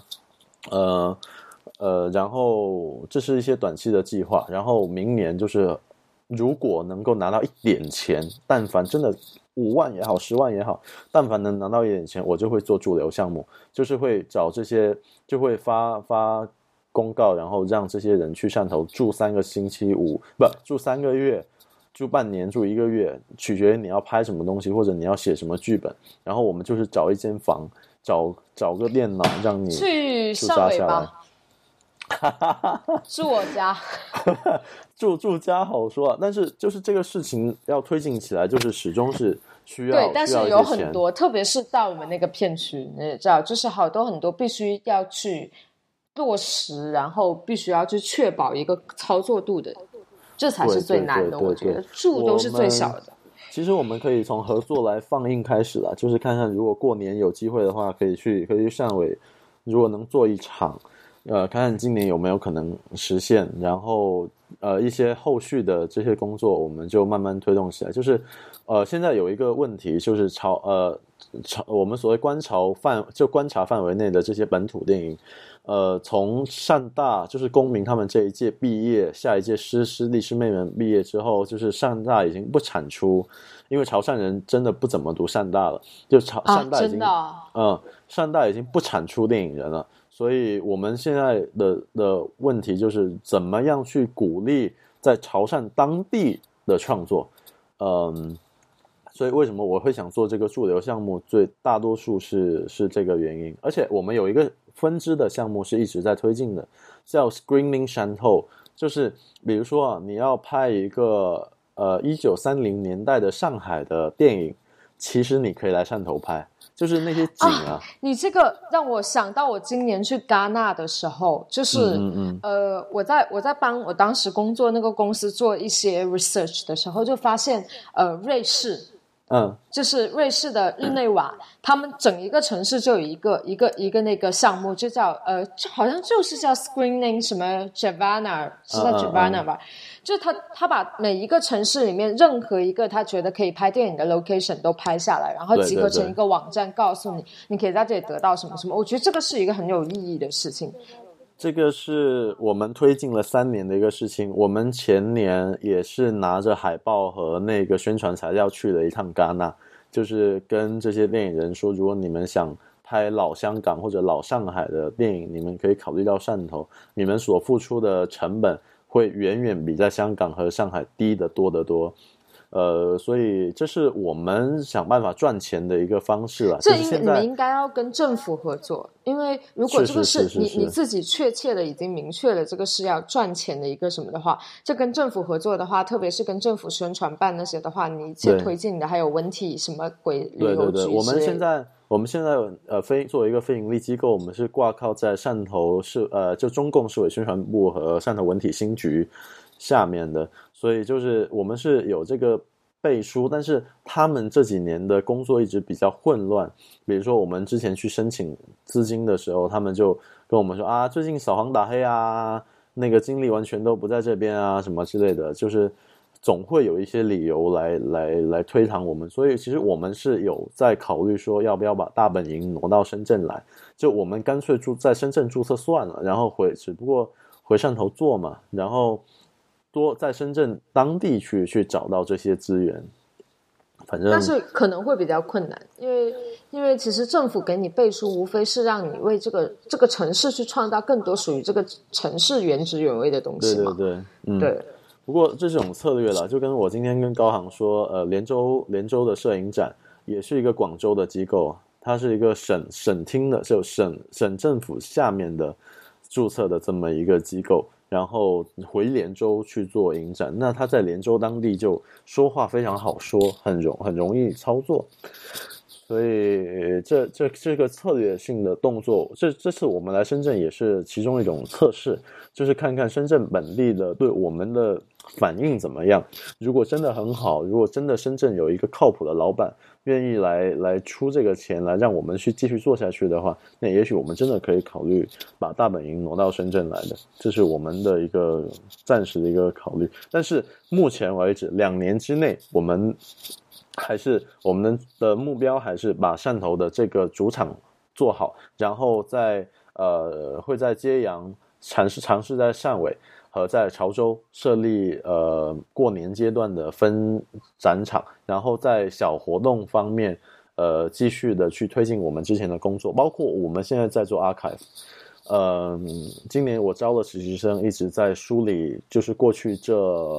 然后这是一些短期的计划，然后明年就是如果能够拿到一点钱，但凡真的 5万也好10万也好，但凡能拿到一点钱，我就会做驻留项目，就是会找这些，就会发公告，然后让这些人去汕头住3个星期住3个月，住半年，住1个月，取决于你要拍什么东西或者你要写什么剧本，然后我们就是找一间房，找个电脑让你去驻汕尾扎下来。 吧，住我家。 住家好说啊，但是就是这个事情要推进起来，就是始终是需要对，但是需要一些有很钱多，特别是到我们那个片区，你也知道，就是很多必须要去落实，然后必须要去确保一个操作度的，这才是最难的。我觉得住都是最小的。 其实我们可以从合作来放映开始啦，就是看看如果过年有机会的话，可以去汕尾，如果能做一场。看看今年有没有可能实现，然后一些后续的这些工作我们就慢慢推动起来。就是现在有一个问题，就是我们所谓观察范围内的这些本土电影，从汕大就是公民他们这一届毕业，下一届师弟师妹们毕业之后，就是汕大已经不产出，因为潮汕人真的不怎么读汕大了，就汕大已经汕大已经不产出电影人了。所以我们现在的问题就是怎么样去鼓励在潮汕当地的创作，所以为什么我会想做这个驻留项目，大多数是这个原因。而且我们有一个分支的项目是一直在推进的，叫 Screening Shantou， 就是比如说你要拍一个1930年代的上海的电影，其实你可以来汕头拍。就是那些景啊， 你这个让我想到我今年去戛纳的时候，就是我在帮我当时工作那个公司做一些 research 的时候，就发现瑞士，就是瑞士的日内瓦，他们整一个城市就有一个那个项目，就叫好像就是叫 Screening 什么 Javana， 是在 Javana 吧？就是他把每一个城市里面任何一个他觉得可以拍电影的 location 都拍下来，然后集合成一个网站，告诉你你可以在这里得到什么什么。我觉得这个是一个很有意义的事情。 这个是我们推进了3年的一个事情。我们前年也是拿着海报和那个宣传材料去了一趟戛纳，就是跟这些电影人说，如果你们想拍老香港或者老上海的电影，你们可以考虑到汕头，你们所付出的成本会远远比在香港和上海低得多得多。所以这是我们想办法赚钱的一个方式了。 这你们应该要跟政府合作，因为如果这个是你自己确切的已经明确了这个是要赚钱的一个什么的话，这跟政府合作的话，特别是跟政府宣传办那些的话，你一切推进的还有文体什么鬼旅游局。 对，我们现在作为一个非营利机构，我们是挂靠在汕头就中共市委宣传部和汕头文体新局下面的，所以就是我们是有这个背书，但是他们这几年的工作一直比较混乱。比如说我们之前去申请资金的时候，他们就跟我们说啊，最近扫黄打黑啊，那个精力完全都不在这边啊，什么之类的，就是总会有一些理由来推搪我们。所以其实我们是有在考虑说要不要把大本营挪到深圳来，就我们干脆在深圳注册算了，然后只不过回汕头做嘛，然后多在深圳当地去找到这些资源。反正但是可能会比较困难，因为其实政府给你背书无非是让你为这个城市去创造更多属于这个城市原汁原味的东西嘛。 对。不过这种策略啦，就跟我今天跟高航说，连州的摄影展也是一个广州的机构，它是一个省厅的，就省政府下面的注册的这么一个机构，然后回连州去做影展，那他在连州当地就说话非常好说，很容易操作。所以这个策略性的动作，这次我们来深圳也是其中一种测试，就是看看深圳本地的对我们的反应怎么样。如果真的很好，如果真的深圳有一个靠谱的老板愿意来出这个钱来让我们去继续做下去的话，那也许我们真的可以考虑把大本营挪到深圳来的，这是我们的一个暂时的一个考虑。但是目前为止2年之内，我们的目标还是把汕头的这个主场做好，然后会在揭阳尝试在汕尾和在潮州设立过年阶段的分展场，然后在小活动方面继续的去推进我们之前的工作，包括我们现在在做 archive。今年我招了实习生，一直在梳理，就是过去这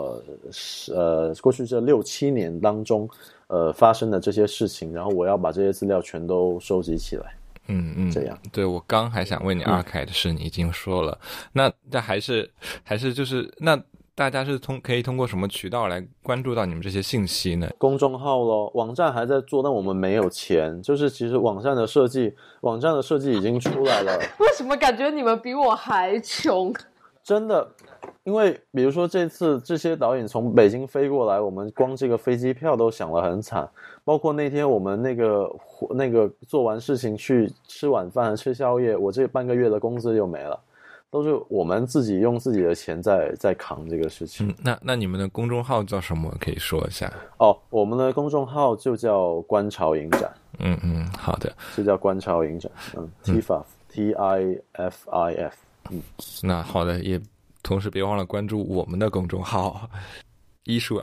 6-7年当中，发生的这些事情，然后我要把这些资料全都收集起来。这样。 对，我刚还想问你archive的事，你已经说了，那还是就是那。大家是可以通过什么渠道来关注到你们这些信息呢？ 公众号咯，网站还在做，但我们没有钱。就是其实网站的设计已经出来了。 为什么感觉你们比我还穷？真的， 因为比如说这次这些导演从北京飞过来，我们光这个飞机票都想了很惨，包括那天我们那个做完事情去吃晚饭吃宵夜，我这半个月的工资就没了。都是我们自己用自己的钱在扛这个事情。 那你们的公众号叫什么？可以说一下。 我们的公众号就叫观潮影展。 好的， 就叫观潮影展。TIFF TIFIF。 那好的，也同时别忘了关注我们的公众号艺术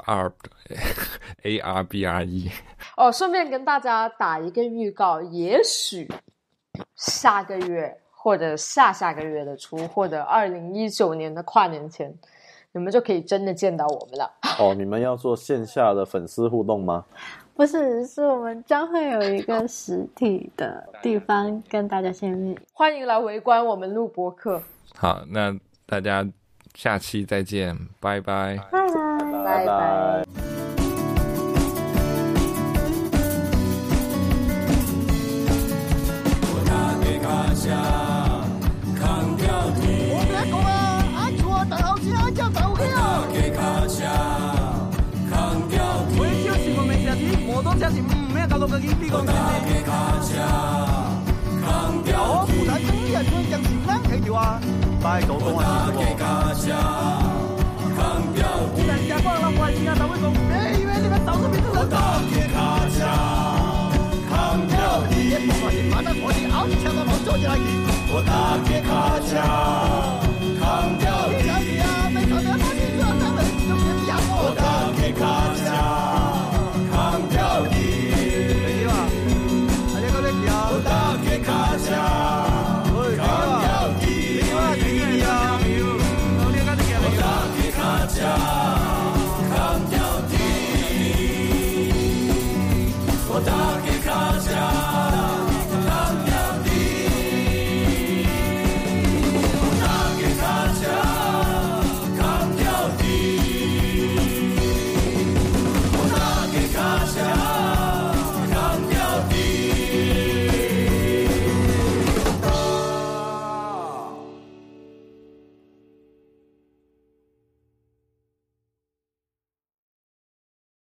ARBRE。 顺便跟大家打一个预告，也许下个月或者下个月的初，或者2019年的跨年前，你们就可以真的见到我们了。 你们要做线下的粉丝互动吗？ 不是，是我们将会有一个实体的地方跟大家见面， 欢迎来围观我们录播客。 好，那大家下期再见，拜拜， 拜拜。 摩托车是咩搞到個呢個嘅？我負責中啲人將人前啦，起條啊，拜到講啊，人家幫我拉過嚟，人家就會講，你們走都別走。